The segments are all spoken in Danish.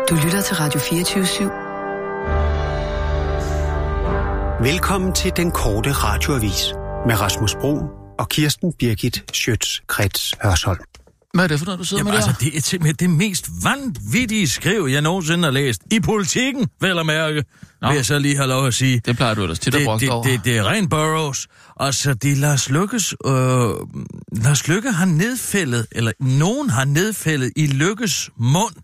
Du lytter til Radio 24/7. Velkommen til den korte radioavis med Rasmus Bro og Kirsten Birgit Schøtz-Krets Hørsholm. Hvad er det for noget, du sidder med der? Altså, det er simpelthen det mest vanvittige skriv, jeg nogensinde har læst. I Politikken, vel at mærke, vil jeg så lige have lov at sige. Det plejer du ellers tit at brokke over. Det er ren Burroughs. Og så det er Lars Lykkes... Lars Lykke har nedfældet, eller nogen har nedfældet i Lykkes mund,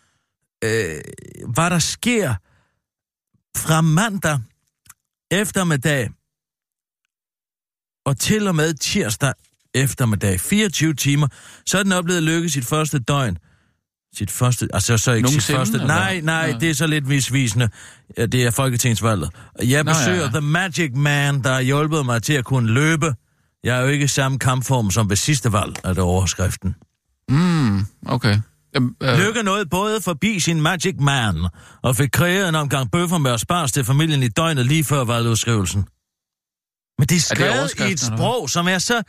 hvad der sker fra mandag eftermiddag og til og med tirsdag eftermiddag. 24 timer. Så er den oplevet Lykke sit første døgn. Sit første... Altså så ikke sit første... Nej, det er så lidt misvisende. Det er folketingsvalget. Jeg besøger The Magic Man, der har hjulpet mig til at kunne løbe. Jeg er jo ikke i samme kampform som ved sidste valg, er det overskriften. Okay. Lykke nåede både forbi sin Magic Man og fik kreeret en omgang bøffer med asparges til familien i døgnet lige før valgudskrivelsen. Men det er skrevet i et sprog, som er så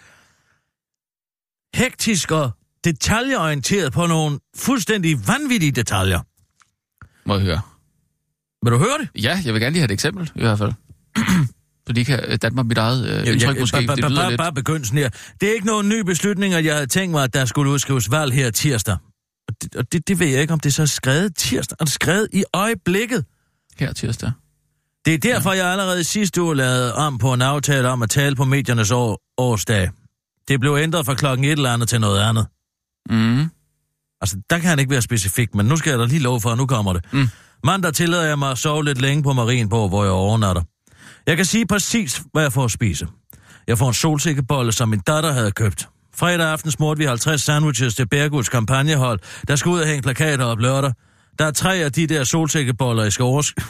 hektisk og detaljeorienteret på nogle fuldstændig vanvittige detaljer. Må jeg høre? Vil du høre det? Ja, jeg vil gerne lige have et eksempel, i hvert fald. Så de kan danne mig mit eget indtryk måske. Bare begyndelsen her. Det er ikke nogen ny beslutning, at jeg havde tænkt mig, at der skulle udskrives valg her tirsdag. Og det ved jeg ikke, om det så er skrevet tirsdag. Er det skrevet i øjeblikket? Her tirsdag. Det er derfor, jeg allerede sidste uge lavede om på en aftale om at tale på mediernes årsdag. Det blev ændret fra klokken et eller andet til noget andet. Altså, der kan han ikke være specifik, men nu skal jeg da lige love for, at nu kommer det. Mandag tillader jeg mig at sove lidt længe på Marienborg, hvor jeg overnatter. Jeg kan sige præcis, hvad jeg får at spise. Jeg får en solsikkebolle, som min datter havde købt. Fredag aften smurte vi 50 sandwiches til Berguds kampagnehold, der skal ud og hænge plakater op lørdag. Der er 3 af de der solsikkeboller, I skal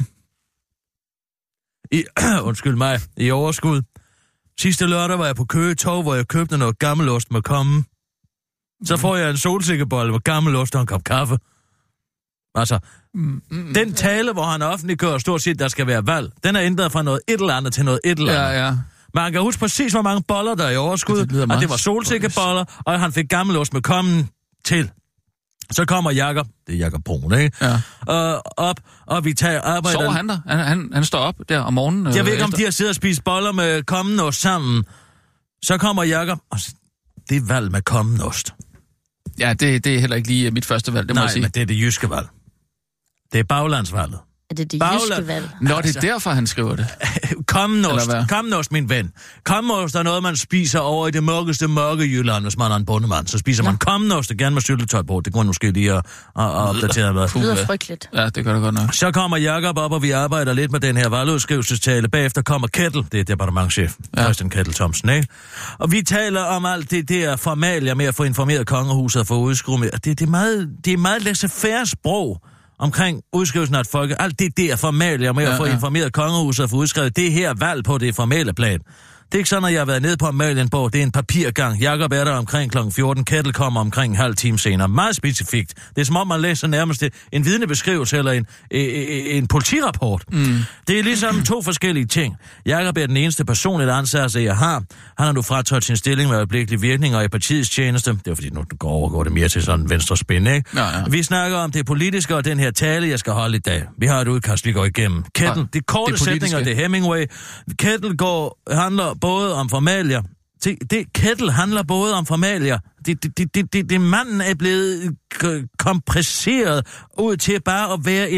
i overskud. Sidste lørdag var jeg på Køge Torv, hvor jeg købte noget gammelost med kommen. Så får jeg en solsikkebolle med gammelost og en kop kaffe. Altså, den tale, hvor han offentliggør stort set, der skal være valg, den er ændret fra noget et eller andet til noget et eller andet. Ja. Men han kan huske præcis, hvor mange boller der er i overskud, og det var solsikkeboller, og han fik gammelost med kommen til. Så kommer Jakob, det er Jakob Brun, ikke? Ja. Op, og vi tager arbejder... Sover han der? Han står op der om morgenen? Jeg ved ikke, om de har siddet og spist boller med kommenost sammen. Så kommer Jakob, og det er valg med kommenost. Ja, det er heller ikke lige mit første valg, det må jeg sige. Nej, men det er det jyske valg. Det er baglandsvalget. Er det jyske valg? Nå, det er derfor, han skriver det. Kommenost, min ven. Kommenost er noget, man spiser over i det mørkeste mørke Jylland, hvis man er en bondemand. Så spiser man kommenost, og gerne med syltetøj på. Det kunne man måske lige at opdatere med. Det lyder frygteligt. Ja, det gør det godt nok. Så kommer Jakob op, og vi arbejder lidt med den her valgudskrivelsestale. Bagefter kommer Kettel, det er departementschef, Christian Kettel Thomsen, ikke? Og vi taler om alt det der formalier med at få informeret kongehuset og få udskrevet. Det er meget laissez-faire sprog omkring udskrivelsen af et folke. Alt det der formalier med at få informeret kongehuset og få udskrevet det her valg på det formelle plan. Det er ikke sådan, at jeg har været nede på Amalienborg. Det er en papirgang. Jakob er der omkring kl. 14. Kettel kommer omkring en halv time senere. Meget specifikt. Det er som om, man læser nærmest en vidnebeskrivelse eller en politirapport. Det er ligesom 2 forskellige ting. Jakob er den eneste personlige ansættelse, jeg har. Han har nu fratrådt sin stilling med øjeblikkelig virkning og i partiets tjeneste. Det er fordi, nu overgår det mere til sådan en venstre spin, ikke? Ja. Vi snakker om det politiske og den her tale, jeg skal holde i dag. Vi har et udkast, vi går igennem. Kettel, det korte sætninger, det er Hemingway. Kettel handler både om formalier. Kettel handler både om formalier. Det manden er blevet kompresseret ud til bare at være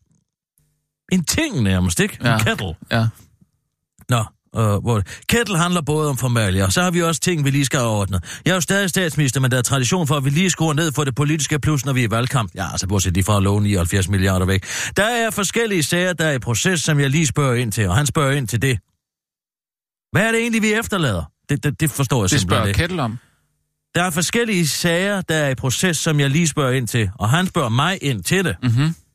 en ting nærmest, ikke? Ja. En kettle. Ja. Nå, Kettel handler både om formalier, og så har vi også ting, vi lige skal have ordnet. Jeg er jo stadig statsminister, men der er tradition for, at vi lige skruer ned for det politiske plus, når vi er i valgkamp. Ja, altså bortset lige fra at love 79 milliarder væk. Der er forskellige sager, der er i proces, som jeg lige spørger ind til, og han spørger ind til det. Hvad er det egentlig, vi efterlader? Det forstår jeg simpelthen ikke. Det spørger Kettel om. Der er forskellige sager, der er i proces, som jeg lige spørger ind til, og han spørger mig ind til det.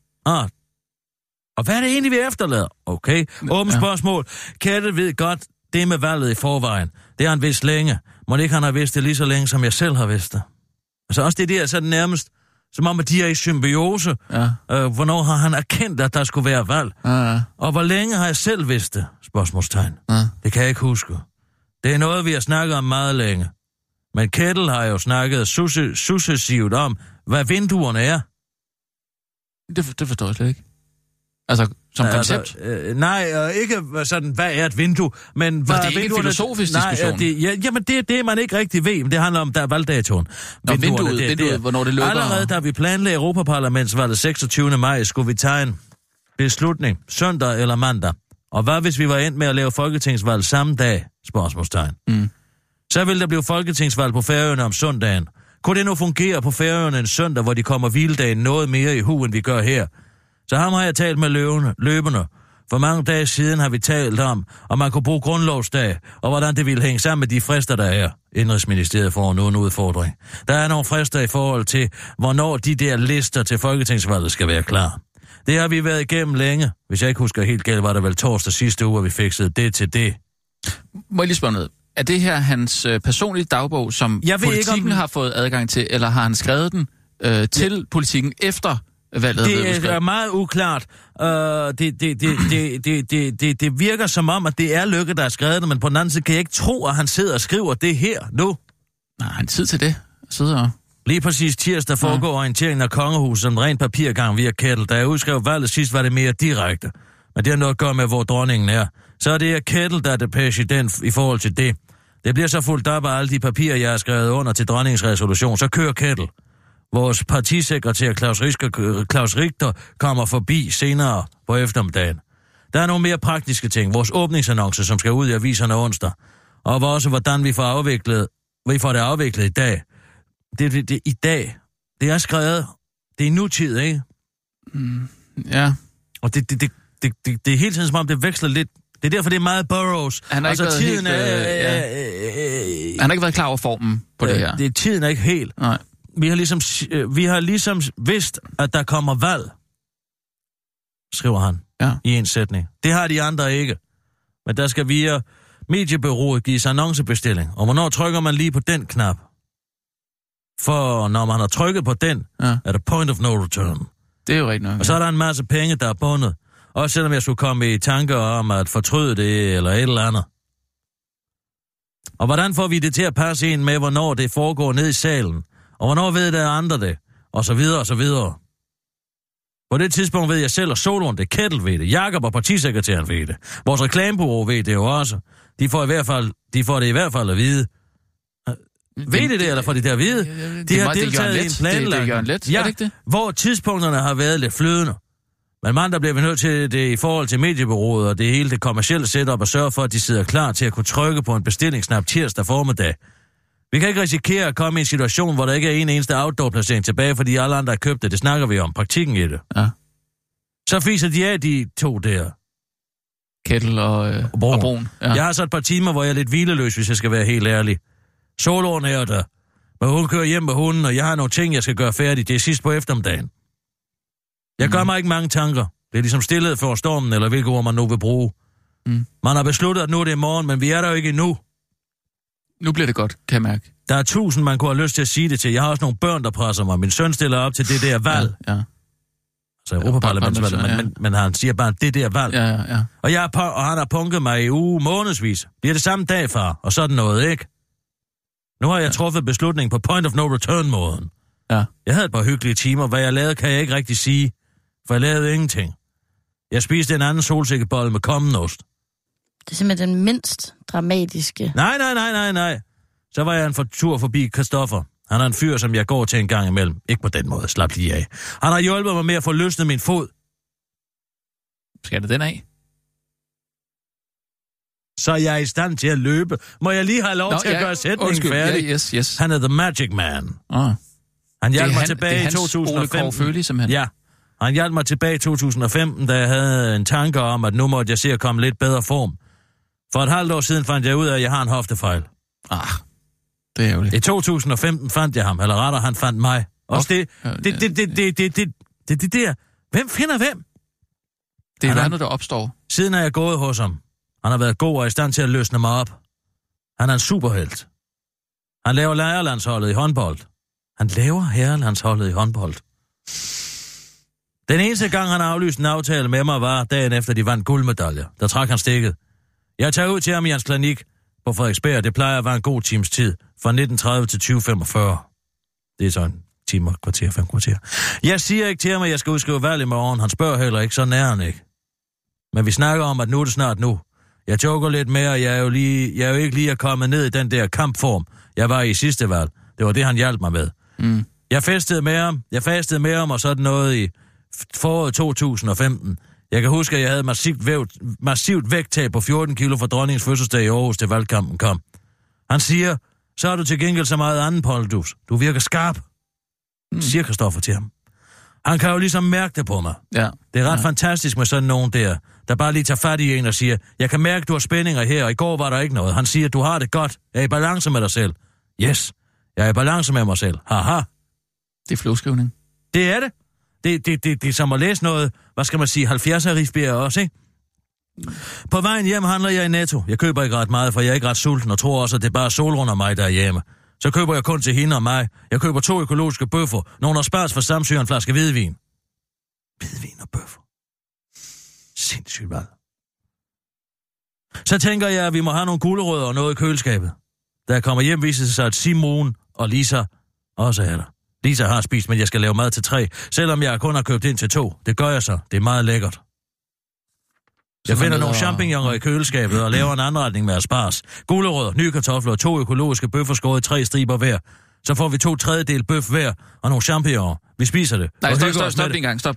Og hvad er det egentlig, vi efterlader? Okay, åbent spørgsmål. Kettel ved godt, det med valget i forvejen. Det har han vidst længe. Må ikke han har vidst det lige så længe, som jeg selv har vidst det. Altså også det der, så det nærmest, som om at de er i symbiose. Ja. Hvornår har han erkendt, at der skulle være valg? Ja. Og hvor længe har jeg selv vidst det? Spørgsmålstegn. Ja. Det kan jeg ikke huske. Det er noget, vi har snakket om meget længe. Men Kettel har jo snakket successivt om, hvad vinduerne er. Det forstår jeg slet ikke. Altså, som koncept? Nej, ikke sådan, hvad er et vindue, men hvad det er ikke en filosofisk diskussion? Jamen, det er det, man ikke rigtig ved, men det handler om, der er valgdatoen. Vinduet, hvornår det lukker. Allerede da vi planlagde Europaparlamentsvalget 26. maj, skulle vi tage en beslutning, søndag eller mandag. Og hvad hvis vi var endt med at lave folketingsvalg samme dag? Spørgsmålstegn. Så ville der blive folketingsvalg på Færøerne om søndagen. Kunne det nu fungere på Færøerne en søndag, hvor de kommer hviledagen noget mere i hu, end vi gør her? Så ham har jeg talt med løbende. For mange dage siden har vi talt om man kunne bruge grundlovsdag, og hvordan det ville hænge sammen med de frister, der er. Indrigsministeriet får nu en udfordring. Der er nogle frister i forhold til, hvornår de der lister til folketingsvalget skal være klar. Det har vi været igennem længe. Hvis jeg ikke husker helt galt, var det vel torsdag sidste uge, at vi fikset det til det. Må jeg lige spørge noget? Er det her hans personlige dagbog, som Politikken har fået adgang til, eller har han skrevet den til Politikken efter valget? Det er meget uklart. Det virker som om, at det er Løkke, der har skrevet det, men på den anden side kan jeg ikke tro, at han sidder og skriver det her nu. Nej, han har tid til det. Sidder. Lige præcis tirsdag foregår orienteringen af kongehuset som ren papirgang via Kettle. Da jeg udskrev valget sidst, var det mere direkte. Men det har noget at gøre med, hvor dronningen er. Så er det Kettle, der er det præsident i forhold til det. Det bliver så fuldt op af alle de papirer, jeg har skrevet under til dronningens resolution. Så kører Kettle. Vores partisekretær Claus Richter kommer forbi senere på eftermiddagen. Der er nogle mere praktiske ting. Vores åbningsannonce, som skal ud i aviserne onsdag. Og også, hvordan vi får det afviklet i dag. Det i dag. Det er skrevet. Det er nutid, ikke? Ja. Og det er hele tiden, som om det veksler lidt. Det er derfor, det er meget Burroughs. Han har ikke været tiden han har ikke været klar over formen på det her. Tiden er ikke helt. Nej. Vi har ligesom vidst, at der kommer valg, skriver han i en sætning. Det har de andre ikke. Men der skal via mediebureauet gives annoncebestilling. Og hvornår trykker man lige på den knap? For når man har trykket på den, er der point of no return. Det er jo rigtigt nok. Og så er der en masse penge, der er bundet. Også selvom jeg skulle komme i tanker om at fortryde det, eller et eller andet. Og hvordan får vi det til at passe ind med, hvornår det foregår ned i salen? Og hvornår ved der andre det? Og så videre, og så videre. På det tidspunkt ved jeg selv, og Solon, det Kettle ved det. Jakob og partisekretæren ved det. Vores reklamebureau ved det jo også. De får det i hvert fald at vide. Ved det, eller får de det at vide? De har deltaget i en planlægning. Det gør en let, ja, er det ikke det? Hvor tidspunkterne har været lidt flydende. Men mandag bliver vi nødt til det i forhold til mediebureauet og det hele det kommercielle setup og sørge for, at de sidder klar til at kunne trykke på en bestillingsknap tirsdag formiddag. Vi kan ikke risikere at komme i en situation, hvor der ikke er en eneste outdoor-placering tilbage, fordi alle andre har købt det. Det snakker vi om. Praktikken i det. Ja. Så fiser de af de to der. Kettle og Brun. Ja. Jeg har så et par timer, hvor jeg er lidt hvileløs, hvis jeg skal være helt ærlig. Solåren er der. Men hun kører hjem med hunden, og jeg har nogle ting, jeg skal gøre færdigt. Det er sidst på eftermiddagen. Jeg gør mig ikke mange tanker. Det er ligesom stillhed for stormen, eller hvilke ord man nu vil bruge. Man har besluttet, at nu er det i morgen, men vi er der jo ikke endnu. Nu bliver det godt, kan jeg mærke. Der er 1000, man kunne have lyst til at sige det til. Jeg har også nogle børn, der presser mig. Min søn stiller op til det der valg. Ja. Så Europaparlamentsvalg, men han siger bare, det der valg. Ja. Og han har punket mig i månedsvis. Bliver det samme dag, far? Og sådan noget, ikke? Nu har jeg truffet beslutning på point of no return-måden. Ja. Jeg havde et par hyggelige timer. Hvad jeg lavede, kan jeg ikke rigtig sige. For jeg lavede ingenting. Jeg spiste en anden solsikkebolle med kommenost. Det er simpelthen den mindst dramatiske. Nej. Så var jeg en tur forbi Christoffer. Han er en fyr, som jeg går til en gang imellem. Ikke på den måde, slap lige af. Han har hjulpet mig med at få løsnet min fod. Skal det den af? Så jeg er i stand til at løbe. Må jeg lige have lov til at gøre sætningen færdig? Ja, yes. Han er the magic man. Han hjalp mig tilbage i 2015. Ja, han hjalp mig tilbage i 2015, da jeg havde en tanke om, at nu måtte jeg se at komme lidt bedre form. For et halvt år siden fandt jeg ud af, at jeg har en hoftefejl. Det er jo det. I 2015 fandt jeg ham, eller rettere, han fandt mig. Også det der. Hvem finder hvem? Det er noget, der opstår. Siden er jeg gået hos ham. Han har været god og i stand til at løsne mig op. Han er en superhelt. Han laver herrelandsholdet i håndbold. Den eneste gang, han aflyste en aftale med mig, var dagen efter, de vandt guldmedaljer. Der trak han stikket. Jeg tager ud til ham i hans klinik på Frederiksberg. Det plejer at være en god times tid. Fra 1930 til 2045. Det er sådan timer, kvarter, 5 kvarter. Jeg siger ikke til ham, at jeg skal udskrive valg i morgen. Han spørger heller ikke, sådan er han ikke. Men vi snakker om, at nu er det snart nu. Jeg joker lidt mere, og jeg er jo ikke lige at komme ned i den der kampform, jeg var i sidste valg. Det var det, han hjalp mig med. Mm. Jeg fastede med ham, og sådan noget i foråret 2015. Jeg kan huske, at jeg havde massivt vægttab på 14 kilo for dronningens fødselsdag i Aarhus, til valgkampen kom. Han siger, så har du til gengæld så meget anden Poldus. Du virker skarp, siger Christoffer til ham. Han kan jo ligesom mærke det på mig. Ja. Det er ret fantastisk med sådan nogen der bare lige tager fat i en og siger, jeg kan mærke, du har spændinger her, og i går var der ikke noget. Han siger, du har det godt. Jeg er i balance med dig selv. Yes, jeg er i balance med mig selv. Haha. Det er flogskrivning. Det er det. Det er som at læse noget, hvad skal man sige, 70'er Rifbjerg også, ikke? På vejen hjem handler jeg i Netto. Jeg køber ikke ret meget, for jeg er ikke ret sulten, og tror også, at det er bare solrunder mig, der er hjemme. Så køber jeg kun til hende og mig. Jeg køber 2 økologiske bøffer, nogle spars for Samsø og en flaske hvidvin. Hvidvin og bøffer. Sindssygt valg. Så tænker jeg, at vi må have nogle gulerødder og noget i køleskabet. Da jeg kommer hjem, viser det sig, at Simon og Lisa også er der. Lisa har spist, men jeg skal lave mad til 3, selvom jeg kun har købt ind til 2. Det gør jeg så. Det er meget lækkert. Jeg finder nogle champignoner i køleskabet og laver en anretning med asparges, gulerødder, nye kartofler og 2 økologiske bøffer skåret i 3 striber hver. Så får vi 2/3 bøf hver og nogle champignoner. Vi spiser det. Nej, stop en gang, stop.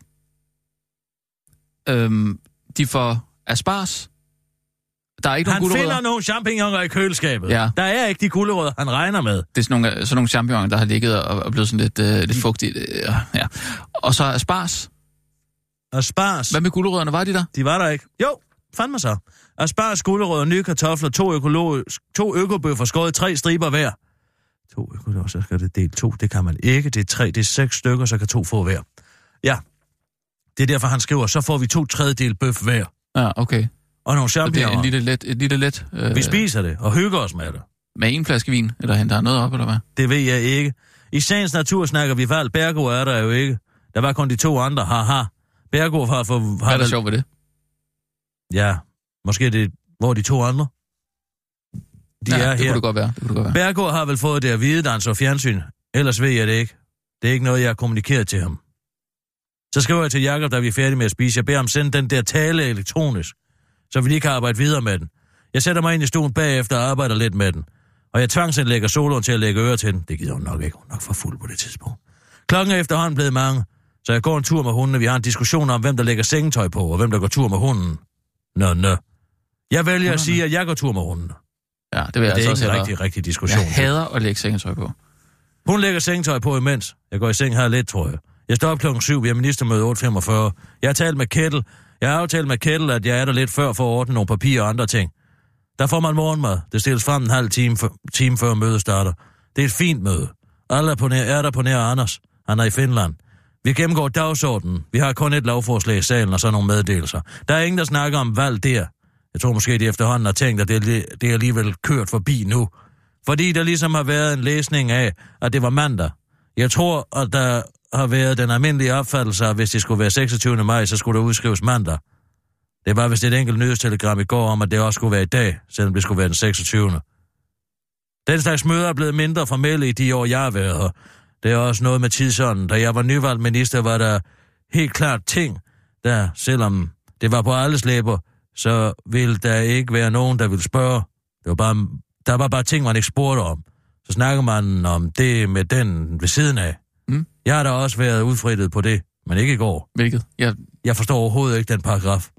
De får asparges. Der er ikke nogen gulerødder. Han finder nogle champignoner i køleskabet. Ja. Der er ikke de gulerødder, han regner med. Det er sådan nogle champignoner, der har ligget og blevet sådan lidt fugtigt. Ja. Og så asparges. Asparges. Hvad med gulerødderne? Var de der? De var der ikke. Jo, fandme så. Asparges, gulerødder, nye kartofler, 2 økobøffer skåret i 3 striber hver. 2 økobøffer, så skal det dele 2. Det kan man ikke. Det er 3, det er 6 stykker, så kan 2 få hver. Ja. Det er derfor, han skriver, så får vi 2/3 bøf hver. Ja, okay. Og nogle champignoner. Et lille let. Vi spiser det og hygger os med det. Med en flaske vin, eller henter han noget op, eller hvad? Det ved jeg ikke. I sagens natur snakker vi valg. Bergo er der jo ikke. Der var kun de 2 andre. Haha. Bergo har for... Hvad er der sjovt ved det? Ja, måske det... Hvor er de 2 andre? De er det her. Kunne det godt være. Bergo har vel fået det at vide, dans og fjernsyn. Ellers ved jeg det ikke. Det er ikke noget, jeg har kommunikeret til ham. Så skriver jeg til Jakob, da vi er færdige med at spise. Jeg beder ham sende den der tale elektronisk, så vi lige kan arbejde videre med den. Jeg sætter mig ind i stolen bagefter og arbejder lidt med den. Og jeg tvangsindlægger Solon til at lægge øre til den. Det gider hun nok ikke. Hun er nok for fuld på det tidspunkt. Klokken er efterhånden blevet mange, så jeg går en tur med hundene. Vi har en diskussion om, hvem der lægger sengetøj på, og hvem der går tur med hunden. Nå. Jeg vælger at sige, at jeg går tur med hunden. Ja, det vil jeg altså også have. Det er ikke en rigtig diskussion. Jeg hader at lægge sengetøj på. Hun lægger sengetøj på imens. Jeg går i seng her lidt, tror jeg. Jeg står op klokken 7. Vi har ministermøde 8:45. Jeg har talt med Kettel. Jeg har aftalt med Kettel, at jeg er der lidt før for at ordne nogle papirer og andre ting. Der får man morgenmad. Det stilles frem en halv time før mødet starter. Det er et fint møde. Alle er der på nær Anders. Han er i Finland. Vi gennemgår dagsordenen. Vi har kun et lovforslag i salen og så nogle meddelelser. Der er ingen, der snakker om valg der. Jeg tror måske, de efterhånden har tænkt, at det er alligevel kørt forbi nu. Fordi der ligesom har været en læsning af, at det var mandag. Jeg tror, at der har været den almindelige opfattelse af, at hvis det skulle være 26. maj, så skulle der udskrives mandag. Det var vist et enkelt nyhedstelegram i går om, at det også skulle være i dag, selvom det skulle være den 26. Den slags møder er blevet mindre formelle i de år, jeg har været her. Det er også noget med tidsånden. Da jeg var nyvalgt minister, var der helt klart ting, der, selvom det var på alles læber, så ville der ikke være nogen, der ville spørge. Der var bare ting, man ikke spurgte om. Så snakker man om det med den ved siden af. Mm. Jeg har da også været udfrittet på det, men ikke i går. Hvilket? Jeg forstår overhovedet ikke den paragraf.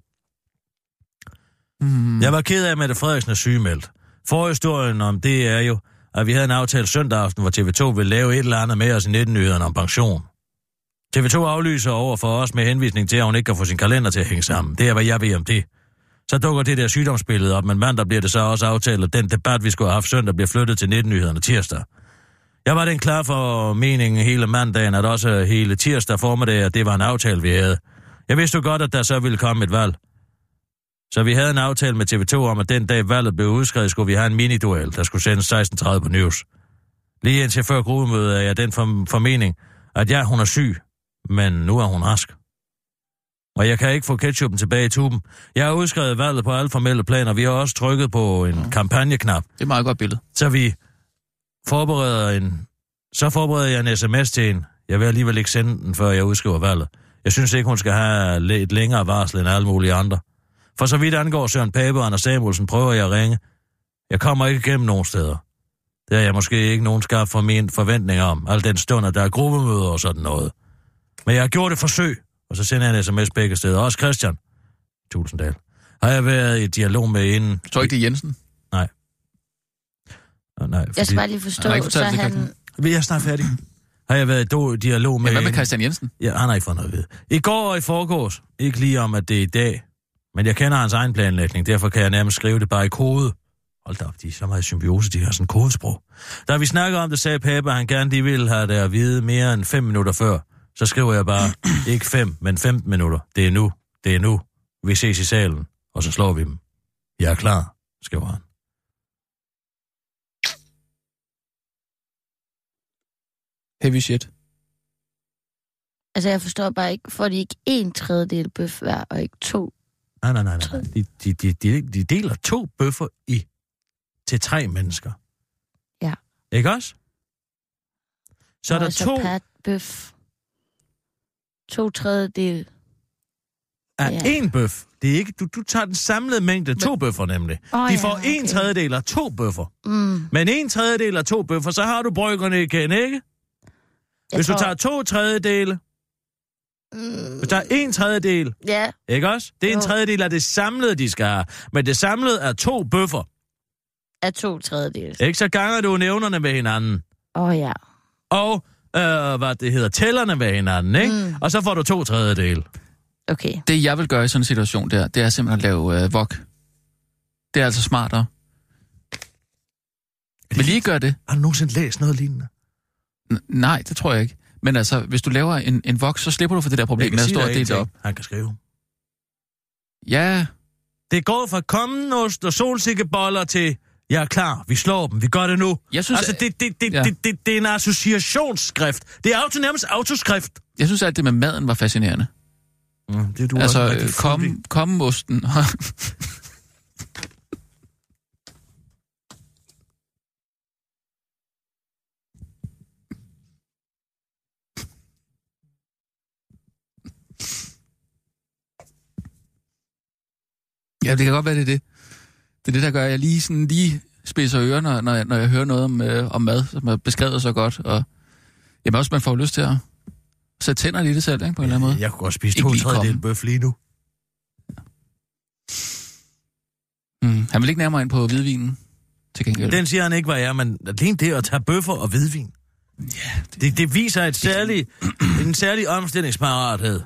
Jeg var ked af, at Mette Frederiksen er sygemeldt. Forhistorien om det er jo, at vi havde en aftale søndag aften, hvor TV2 ville lave et eller andet med os i 19-nyhederne om pension. TV2 aflyser over for os med henvisning til, at hun ikke kan få sin kalender til at hænge sammen. Det er, hvad jeg ved om det. Så dukker det der sygdomsbillede op, men mandag bliver det så også aftalt, at den debat, vi skulle have haft søndag, bliver flyttet til 19-nyhederne tirsdag. Jeg var den klar for meningen hele mandagen, at også hele tirsdag formiddag, at det var en aftale, vi havde. Jeg vidste jo godt, at der så ville komme et valg. Så vi havde en aftale med TV2 om, at den dag valget blev udskrevet, skulle vi have en miniduel, der skulle sendes 16:30 på News. Lige indtil før gruppemødet er jeg den formening, at hun er syg, men nu er hun rask. Og jeg kan ikke få ketchupen tilbage i tuben. Jeg har udskrevet valget på alle formelle planer. Vi har også trykket på en kampagneknap. Det er et meget godt billede. Så forbereder jeg en sms til en. Jeg vil alligevel ikke sende den, før jeg udskriver valget. Jeg synes ikke, hun skal have et længere varsel end alle mulige andre. For så vidt angår Søren Pape og Anders Samuelsen, prøver jeg at ringe. Jeg kommer ikke igennem nogen steder. Det er jeg måske ikke nogen skarp for mine forventninger om, al den stund, at der er gruppemøder og sådan noget. Men jeg har gjort et forsøg, og så sender jeg en sms begge steder. Også Christian Tulsendal har jeg været i dialog med inden. Tror ikke, det er Jensen? Nej. Nej, jeg skal bare lige forstå, så han... Vil jeg snart færdig? Har jeg været i dialog med... Ja, hvad med Christian Jensen? Ja, han har ikke fået noget at vide. I går og i forgårs. Ikke lige om, at det er i dag. Men jeg kender hans egen planlægning, derfor kan jeg nærmest skrive det bare i kode. Hold da op, de er så meget symbiose, de har sådan en kodesprog. Da vi snakker om det, sagde Pape, at han gerne lige ville have det at vide mere end 5 minutter før. Så skriver jeg bare, ikke 5, men 15 minutter. Det er nu. Det er nu. Vi ses i salen, og så slår vi dem. Jeg er klar, skriver han. Heavy shit. Altså, jeg forstår bare ikke, får de ikke 1/3 bøf hver, og ikke 2? Nej. De deler 2 bøffer til 3 mennesker. Ja. Ikke også? Så er der 2... per bøf. 2/3 af 1 bøf. Det er ikke... Du tager den samlede mængde 2 bøffer, nemlig. De får 1/3 af 2 bøffer. Men 1/3 af 2 bøffer, så har du bryggerne igen, ikke? Hvis du tager 2/3... Hvis der er 1/3... Ja. Ikke også? Det er 1/3 af det samlede, de skal have. Men det samlede er 2 bøffer. Af 2/3. Ikke? Så ganger du nævnerne med hinanden. Ja. Og, tællerne med hinanden, ikke? Og så får du 2/3. Okay. Det, jeg vil gøre i sådan en situation der, det er simpelthen at lave wok. Det er altså smartere. Vil I gøre det? Har du nogensinde læst noget lignende? Nej, det tror jeg ikke. Men altså, hvis du laver en wok, så slipper du for det der problem med at stå og dele det op. Han kan skrive. Ja. Det går fra kommenost og solsikkeboller til, jeg er klar, vi slår dem, vi gør det nu. Jeg synes, altså, det er en associationsskrift. Det er nærmest autoskrift. Jeg synes, at det med maden var fascinerende. Det er du altså, kommeosten. Ja, det kan godt være, det er det. Det er det, der gør, at jeg lige spidser ørerne, når jeg hører noget om mad, som er beskrevet så godt. Og jamen også, man får lyst til at sætte tænderne i det selv, ikke, på en eller anden måde. Jeg kunne godt spise 2/3 bøf lige nu. Han vil ikke nærmere ind på hvidvinen, til gengæld. Den siger han ikke, hvad jeg er, men alene det at tage bøffer og hvidvin. Ja, det viser en særlig omstillingsparathed.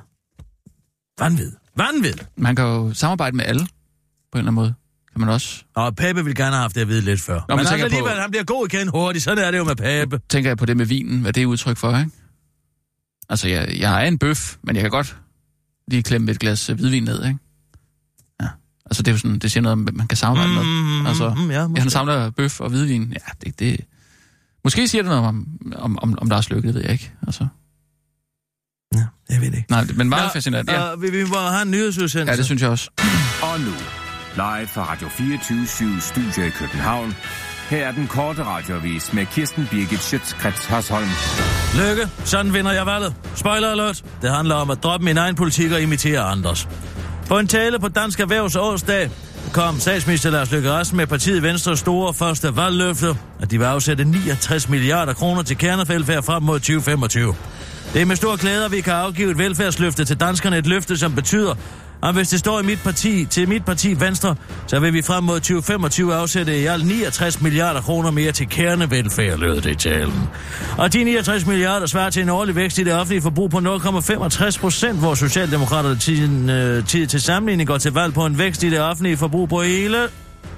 Vanvid. Man kan jo samarbejde med alle, på en eller anden måde. Kan man også. Og Pape vil gerne have haft det at vide lidt før. Men altså alligevel, han bliver god igen hurtigt. Sådan er det jo med Pape. Tænker jeg på det med vinen, hvad det er udtryk for, ikke? Altså, jeg har en bøf, men jeg kan godt lige klemme et glas hvidvin ned, ikke? Ja. Altså, det er jo sådan, det siger noget, man kan samarbejde med. Altså, han samler bøf og hvidvin. Ja, det... Måske siger det noget om Lars Løkke, det ved jeg ikke. Altså... Ja, jeg ved det ikke. Nej, men meget fascinerende. Ja. Vi må have en nyhedsudsendelse. Ja, det synes jeg også. Og nu, live fra Radio 24/7 Studio i København. Her er den korte radioavis med Kirsten Birgit Schøtz-Krets Hørsholm. Løkke, sådan vinder jeg valget. Spoiler alert. Det handler om at droppe min egen politik og imitere andres. På en tale på Dansk Erhvervs årsdag kom statsminister Lars Løkke Rasmussen med partiet Venstres store første valgløfte, at de vil afsætte 69 milliarder kroner til kernevelfærd frem mod 2025. Det er med stor glæde, at vi kan afgive et velfærdsløfte til danskerne. Et løfte, som betyder, at hvis det står til mit parti Venstre, så vil vi frem mod 2025 afsætte i alt 69 milliarder kroner mere til kernevelfærd, lød det i talen. Og de 69 milliarder svarer til en årlig vækst i det offentlige forbrug på 0,65%, hvor Socialdemokraterne tid til sammenligning går til valg på en vækst i det offentlige forbrug på hele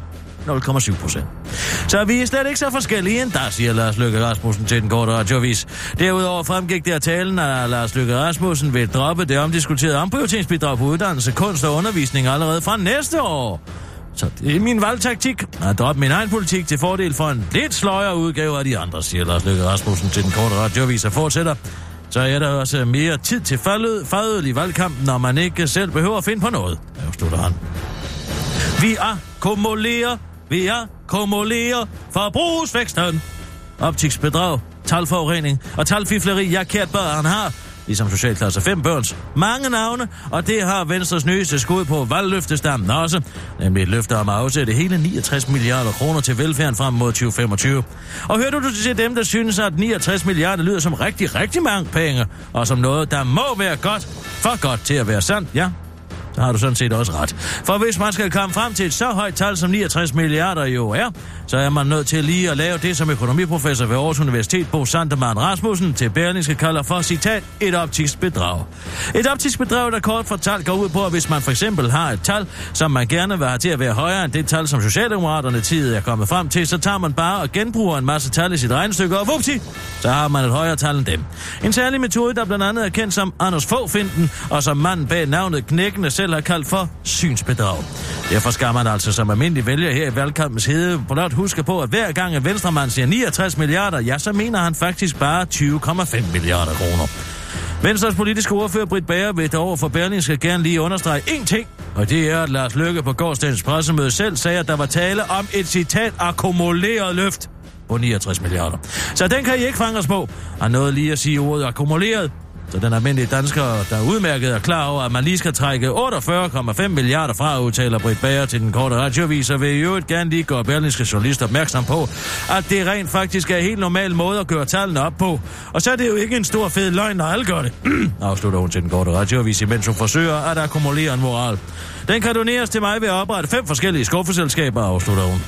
0,7%. Så vi er slet ikke så forskellige end der, siger Lars Løkke Rasmussen til den korte radioavis. Derudover fremgik det af talen, at Lars Løkke Rasmussen vil droppe det omdiskuterede omprioriteringsbidrag på uddannelse, kunst og undervisning allerede fra næste år. Så det er min valgtaktik at droppe min egen politik til fordel for en lidt sløjere udgave af de andre, siger Lars Løkke Rasmussen til den korte radioavis og fortsætter. Så er der også mere tid til fadødelig valgkamp, når man ikke selv behøver at finde på noget, afslutter han. Vi akkumulerer forbrugsvæksten. Optiksbedrag talforurening og talfifleri, ja, kært børn, han har, ligesom socialklasse 5 børns, mange navne, og det har Venstres nyeste skud på valgløftestammen også, nemlig et løfte om at afsætte hele 69 milliarder kroner til velfærden frem mod 2025. Og hører du til dem, der synes, at 69 milliarder lyder som rigtig, rigtig mange penge, og som noget, der må være godt, for godt til at være sandt, ja, så har du sådan set også ret. For hvis man skal komme frem til et så højt tal, som 69 milliarder jo er, så er man nødt til lige at lave det, som økonomiprofessor ved Aarhus Universitet, Bo Sandemann Rasmussen, til Berlingske kalder for, citat, et optisk bedrag. Et optisk bedrag, der kort fortalt går ud på, at hvis man for eksempel har et tal, som man gerne vil have til at være højere end det tal, som Socialdemokraterne tid er kommet frem til, så tager man bare og genbruger en masse tal i sit regnestykke, og vupti, så har man et højere tal end dem. En særlig metode, der blandt andet er kendt som Anders Fogh-finten, og som manden bag navnet Knækkende selv har kaldt for synsbedrag. Derfor skal man altså som almindelig vælger her i valgkampens hede blot huske på, at hver gang en venstremand siger 69 milliarder, ja, så mener han faktisk bare 20,5 milliarder kroner. Venstres politiske ordfører Britt Bager vil over for Berlingske gerne lige understrege én ting, og det er, at Lars Løkke på gårsdagens pressemøde selv sagde, at der var tale om et citat akkumuleret løft på 69 milliarder. Så den kan I ikke fange os på. Han nåede lige at sige ordet akkumuleret, så den almindelige dansker, der udmærket er klar over, at man lige skal trække 48,5 milliarder fra, udtaler Britt Bager til den korte radioavis, og vil i øvrigt gerne lige gøre berlingske journalister opmærksom på, at det rent faktisk er en helt normal måde at gøre tallene op på. Og så er det jo ikke en stor fed løgn, når alle gør det, afslutter hun til den korte radioavis, imens hun forsøger at akkumulere en moral. Den kan doneres til mig ved at oprette 5 forskellige skuffeselskaber, afslutter hun.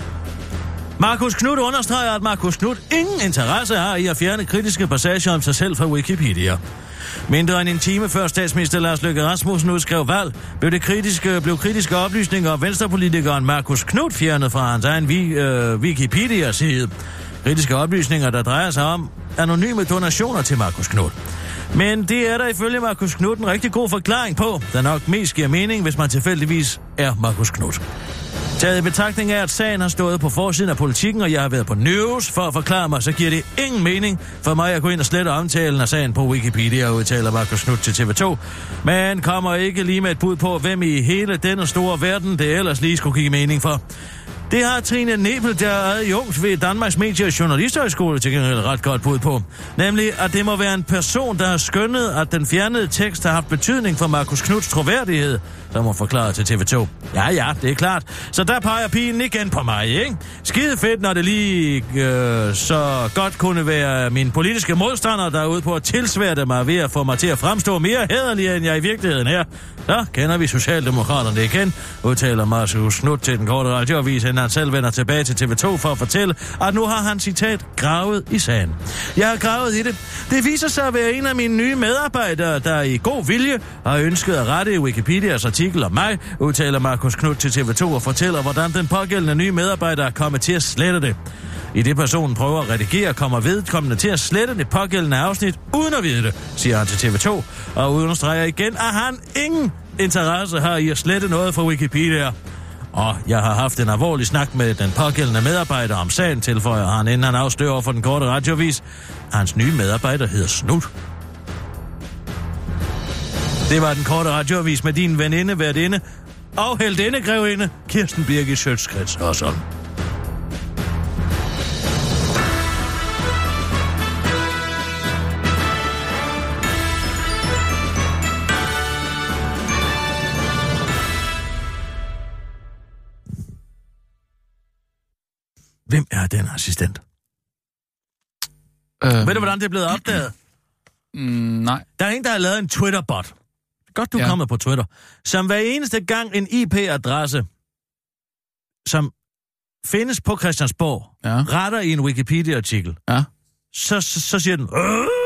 Marcus Knudt understreger, at Marcus Knudt ingen interesse har i at fjerne kritiske passager om sig selv fra Wikipedia. Mindre end en time før statsminister Lars Løkke Rasmussen udskrev valg, blev kritiske oplysninger om venstrepolitikeren Marcus Knudt fjernet fra hans egen Wikipedia-side. Kritiske oplysninger, der drejer sig om anonyme donationer til Marcus Knudt. Men det er der ifølge Marcus Knudt en rigtig god forklaring på, der nok mest giver mening, hvis man tilfældigvis er Marcus Knudt. Taget i betragtning af, at sagen har stået på forsiden af Politikken, og jeg har været på News for at forklare mig, så giver det ingen mening for mig at gå ind og slette omtalen af sagen på Wikipedia, udtaler Marcus Knudt til TV2. Men kommer ikke lige med et bud på, hvem i hele denne store verden det ellers lige skulle give mening for. Det har Trine Nebel, der er adjunkt ved Danmarks Medie- og Journalisthøjskole, til gengæld ret godt bud på. Nemlig, at det må være en person, der har skønnet, at den fjernede tekst har haft betydning for Marcus Knudts troværdighed, som hun forklarer til TV2. Ja, det er klart. Så der peger pigen igen på mig, ikke? Skide fedt, når det lige så godt kunne være mine politiske modstandere, der er ude på at tilsværte mig ved at få mig til at fremstå mere hæderlig, end jeg i virkeligheden er. Så kender vi Socialdemokraterne igen, udtaler Marcus Knudt til den korte radioavis, inden han selv vender tilbage til TV2 for at fortælle, at nu har han, citat, gravet i sagen. Jeg har gravet i det. Det viser sig at være en af mine nye medarbejdere, der i god vilje har ønsket at rette Wikipedias artikel om mig, udtaler Marcus Knudt til TV2 og fortæller, hvordan den pågældende nye medarbejder er kommet til at slette det. I det personen prøver at redigere, kommer vedkommende til at slette det pågældende afsnit, uden at vide det, siger han til TV2, og understreger igen, at han ingen interesse har i at slette noget fra Wikipedia. Og jeg har haft en alvorlig snak med den pågældende medarbejder om sagen, tilføjer han, inden han afslører for den korte radioavis. Hans nye medarbejder hedder Snut. Det var den korte radioavis med din veninde, værtinde og heldinde grevinde, Kirsten Birgit Schøtz-Krets Hørsholm. Hvem er den assistent? Ved du, hvordan det er blevet opdaget? Nej. Der er en, der har lavet en Twitter-bot. Godt, du er kommet på Twitter. Som hver eneste gang en IP-adresse, som findes på Christiansborg, retter i en Wikipedia-artikel, så siger den...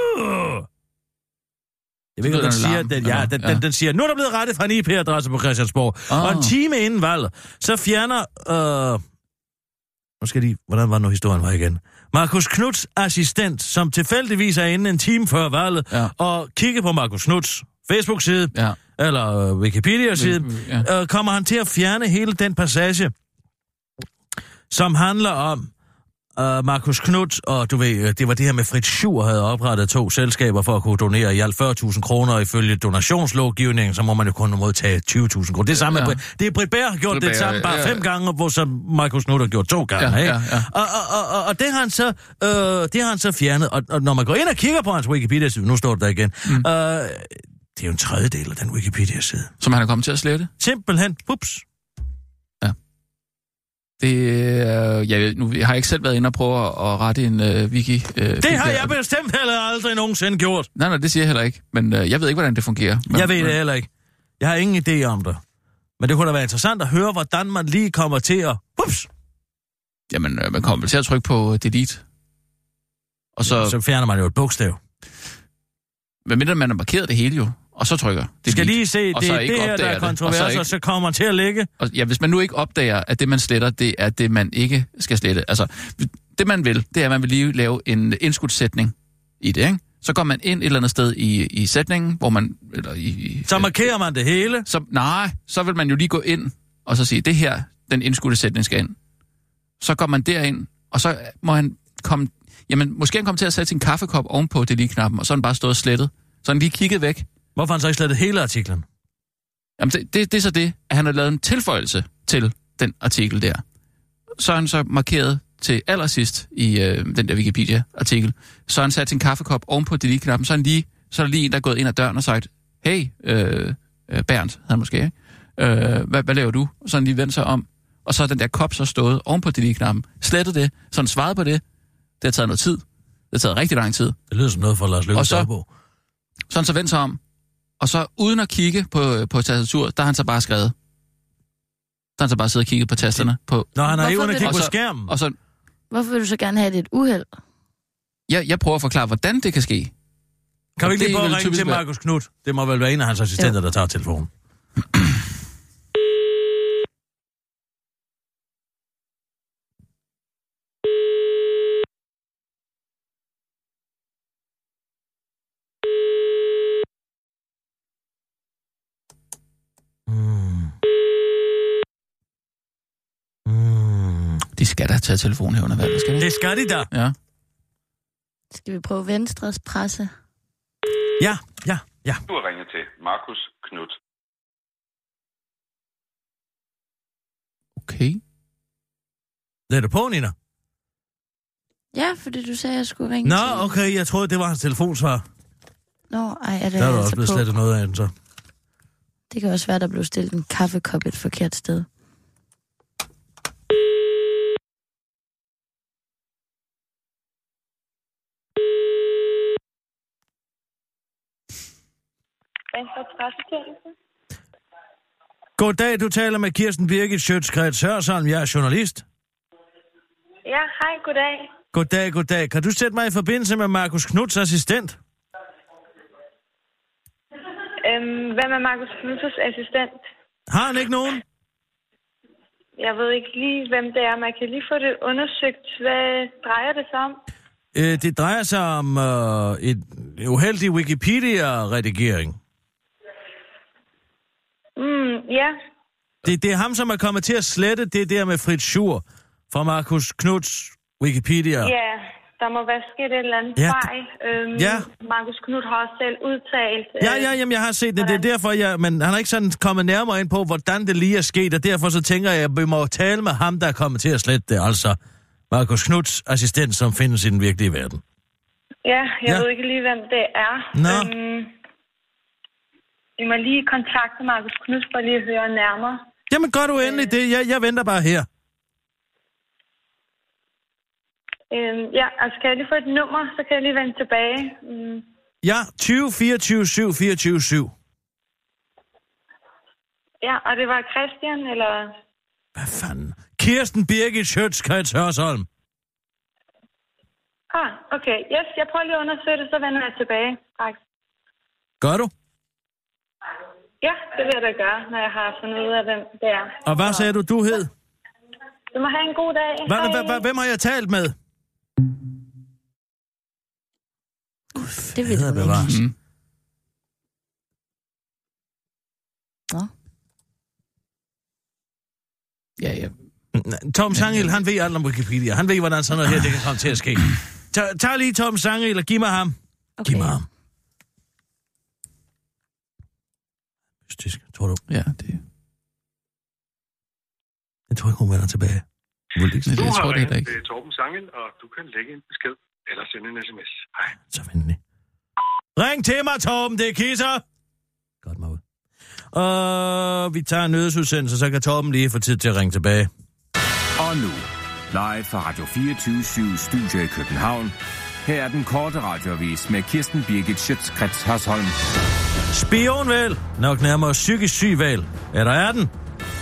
Jeg ved ikke, den siger, den siger, nu er der blevet rettet fra en IP-adresse på Christiansborg. Og en time inden valget, så fjerner... hvordan var nu historien var igen? Marcus Knudts assistent, som tilfældigvis er inde en time før valget, og kigger på Marcus Knudts Facebook-side, eller Wikipedia-side, kommer han til at fjerne hele den passage, som handler om, Markus Knuth, og du ved, det var det her med Fritz Schur havde oprettet 2 selskaber for at kunne donere i alt 40.000 kroner. Ifølge donationslovgivningen, så må man jo kun modtage 20.000 kroner. Det samme det er Britt Bager har gjort det samme bare 5 gange, hvor så Markus Knuth har gjort 2 gange. Ikke? Og det har han så fjernet. Og når man går ind og kigger på hans Wikipedia-side, nu står det der igen, det er jo en tredjedel af den Wikipedia-side. Som han er kommet til at slette? Simpelthen. Ups. Jeg har ikke selv været inde og prøve at rette en wiki. Det har jeg bestemt heller aldrig nogensinde gjort. Nej, det siger jeg heller ikke. Men jeg ved ikke, hvordan det fungerer. Jeg ved det heller ikke. Jeg har ingen idé om det. Men det kunne da være interessant at høre, hvordan man lige kommer til at... Ups! Jamen, man kommer til at trykke på delete. Og så fjerner man jo et bogstav. Men mindre man har markeret det hele jo, og så trykker delete. Skal lige se, det her, der er kontrovers, og så kommer man til at lægge. Og, hvis man nu ikke opdager, at det, man sletter, det er det, man ikke skal slette. Altså, det man vil, det er, at man vil lige lave en indskudssætning i det, ikke? Så går man ind et eller andet sted i sætningen, hvor man... så markerer man det hele? Så vil man jo lige gå ind, og så sige, det her, den indskudte sætning skal ind. Så går man derind, og så må han komme... Jamen, måske han kommer til at sætte sin kaffekop ovenpå delete-knappen, og så er han bare stået slettet. Så han lige kigget væk. Hvorfor har han så ikke slettet hele artiklen? Jamen, det er så det, at han har lavet en tilføjelse til den artikel der. Så er han så markeret til allersidst i den der Wikipedia-artikel. Så har han sat sin kaffekop ovenpå delete-knappen, så er der lige en, der er gået ind ad døren og sagt, hey, Bernd, havde han måske, ikke? Hvad laver du? Så han lige vendt sig om, og så er den der kop så stået ovenpå delete-knappen, slettet det, så han svarede på det. Det har taget noget tid. Det har taget rigtig lang tid. Det lyder som noget for Lars Løkke Dagbog. Så han så vendte sig om, og så uden at kigge på tastatur, der har han så bare skrevet. Der har han så bare siddet og kigget på tasterne. Nå, han har ikke uden at kigge på skærmen. Og så, hvorfor vil du så gerne have det et uheld? Jeg prøver at forklare, hvordan det kan ske. Kan vi ikke lige prøve at ringe til Markus Knuth? Det må vel være en af hans assistenter, der tager telefonen. De skal da tage telefonen her under valget, skal de? Det skal de da. Ja. Skal vi prøve Venstres presse? Ja. Du har ringet til Markus Knuth. Okay. Lad det på, Nina. Ja, fordi du sagde, at jeg skulle ringe til... til... Okay, jeg troede, det var hans telefonsvar. Er det der er altså også blevet på? slettet noget af den, så. Det kan også være, der blev stillet en kaffekop et forkert sted. Goddag, du taler med Kirsten Birgit Schøtz-Krets Hørsholm. Jeg er journalist. Ja, hej, goddag. Goddag. Kan du sætte mig i forbindelse med Markus Knuths assistent? Hvem er Markus Knuths assistent? Har han ikke nogen? Jeg ved ikke lige, hvem det er. Man kan lige få det undersøgt. Hvad drejer det sig om? Det drejer sig om et uheldig Wikipedia-redigering. Ja. Det er ham, som er kommet til at slette det der med Fritz Schur fra Markus Knuths Wikipedia. Ja, der må være sket et eller andet fejl. Markus Knuth har også selv udtalt... Jamen, jeg har set det. Det er derfor, men han har ikke sådan kommet nærmere ind på, hvordan det lige er sket, og derfor så tænker jeg, at vi må tale med ham, der er kommet til at slette det, altså Markus Knuths assistent, som findes i den virkelige verden. Ja, jeg ved ikke lige, hvem det er. Nå. Vi må lige kontakte Markus Knuth for lige at høre nærmere. Jamen, gør du endelig det. Jeg venter bare her. Ja, altså kan jeg lige få et nummer, så kan jeg lige vende tilbage. Ja, 20 24 7 24 7. Ja, og det var Christian, eller... Hvad fanden? Kirsten Birgit Schøtz-Krets Hørsholm. Okay. Yes, jeg prøver lige at undersøge det, så vender jeg tilbage. Tak. Gør du? Ja, det vil jeg da gøre, når jeg har fundet ud af, hvem det er. Og hvad sagde du hed? Du må have en god dag. Hvem har jeg talt med? Det ved jeg ikke. Ja. Tom Sangel, han ved alt om Wikipedia. Han ved, hvordan sådan noget her, det kan komme til at ske. Tag lige Tom Sangel og giv mig ham. Okay. Giv mig ham. Mystisk, tror du? Ja, det... Jeg tror ikke, hun vender tilbage. Du har ringet til Torben Sangel, og du kan lægge en besked eller sende en sms. Hej. Så venlig. Ring til mig, Torben, det er Kisser. Godt mig ud. Og vi tager en nødsudsendelse, så kan Torben lige få tid til at ringe tilbage. Og nu, live fra Radio 24/7 Studio i København. Her er den korte radioavis med Kirsten Birgit Schøtz-Krets Hørsholm. Spionvalg, nok nærmere psykisk sygvalg. Der er den.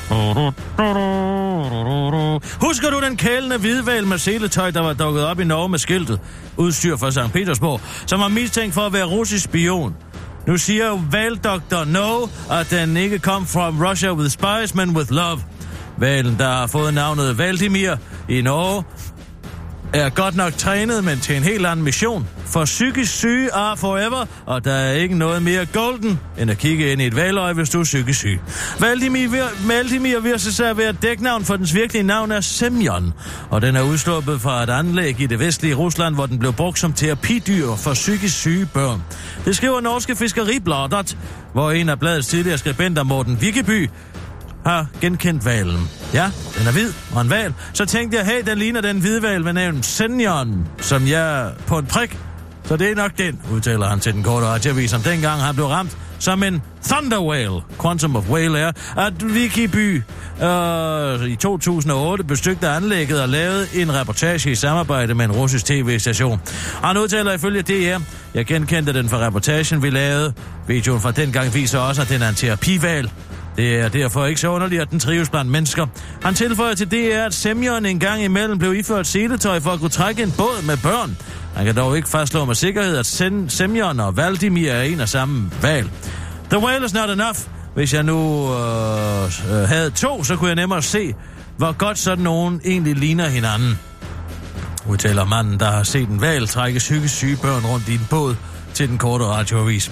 Husker du den kælende hvidhval med seletøj, der var dukket op i Norge med skiltet, udstyr fra St. Petersborg, som var mistænkt for at være russisk spion? Nu siger hvaldoktor No, at den ikke kom from Russia with spies, men with love. Hvalen, der har fået navnet Valdimir i Norge, er godt nok trænet, men til en helt anden mission. For psykisk syge are forever, og der er ikke noget mere golden, end at kigge ind i et hvaløje, hvis du er psykisk syg. Valdimir viser sig at være dæknavn, for dens virkelige navn er Semyon, og den er udsluppet fra et anlæg i det vestlige Rusland, hvor den blev brugt som terapidyr for psykisk syge børn. Det skriver norske Fiskeribladet, hvor en af bladets tidligere skribenter, Morten Wikkeby, har genkendt hvalen. Ja, den er hvid og en hval. Så tænkte jeg, hey, den ligner den hvide hval ved navn Semyon, som jeg på en prik. Så det er nok den, udtaler han til den korte radioavis, som dengang han blev ramt som en Thunder Whale. Quantum of Whale er, at Wikkeby i 2008 besøgte anlægget og lavede en reportage i samarbejde med en russisk tv-station. Han udtaler ifølge DR, jeg genkendte den fra reportagen, vi lavede. Videoen fra dengang viser også, at den er en terapihval. Det er derfor ikke så underligt, at den trives blandt mennesker. Han tilføjer til DR, at Semyon en gang imellem blev iført seletøj for at kunne trække en båd med børn. Han kan dog ikke fastslå med sikkerhed, at Semyon og Valdimir er en af samme hval. The whale is not enough. Hvis jeg nu havde to, så kunne jeg nemmere se, hvor godt sådan nogen egentlig ligner hinanden. Udtaler manden, der har set en hval trække psykisk syge børn rundt i en båd til den korte radioavis.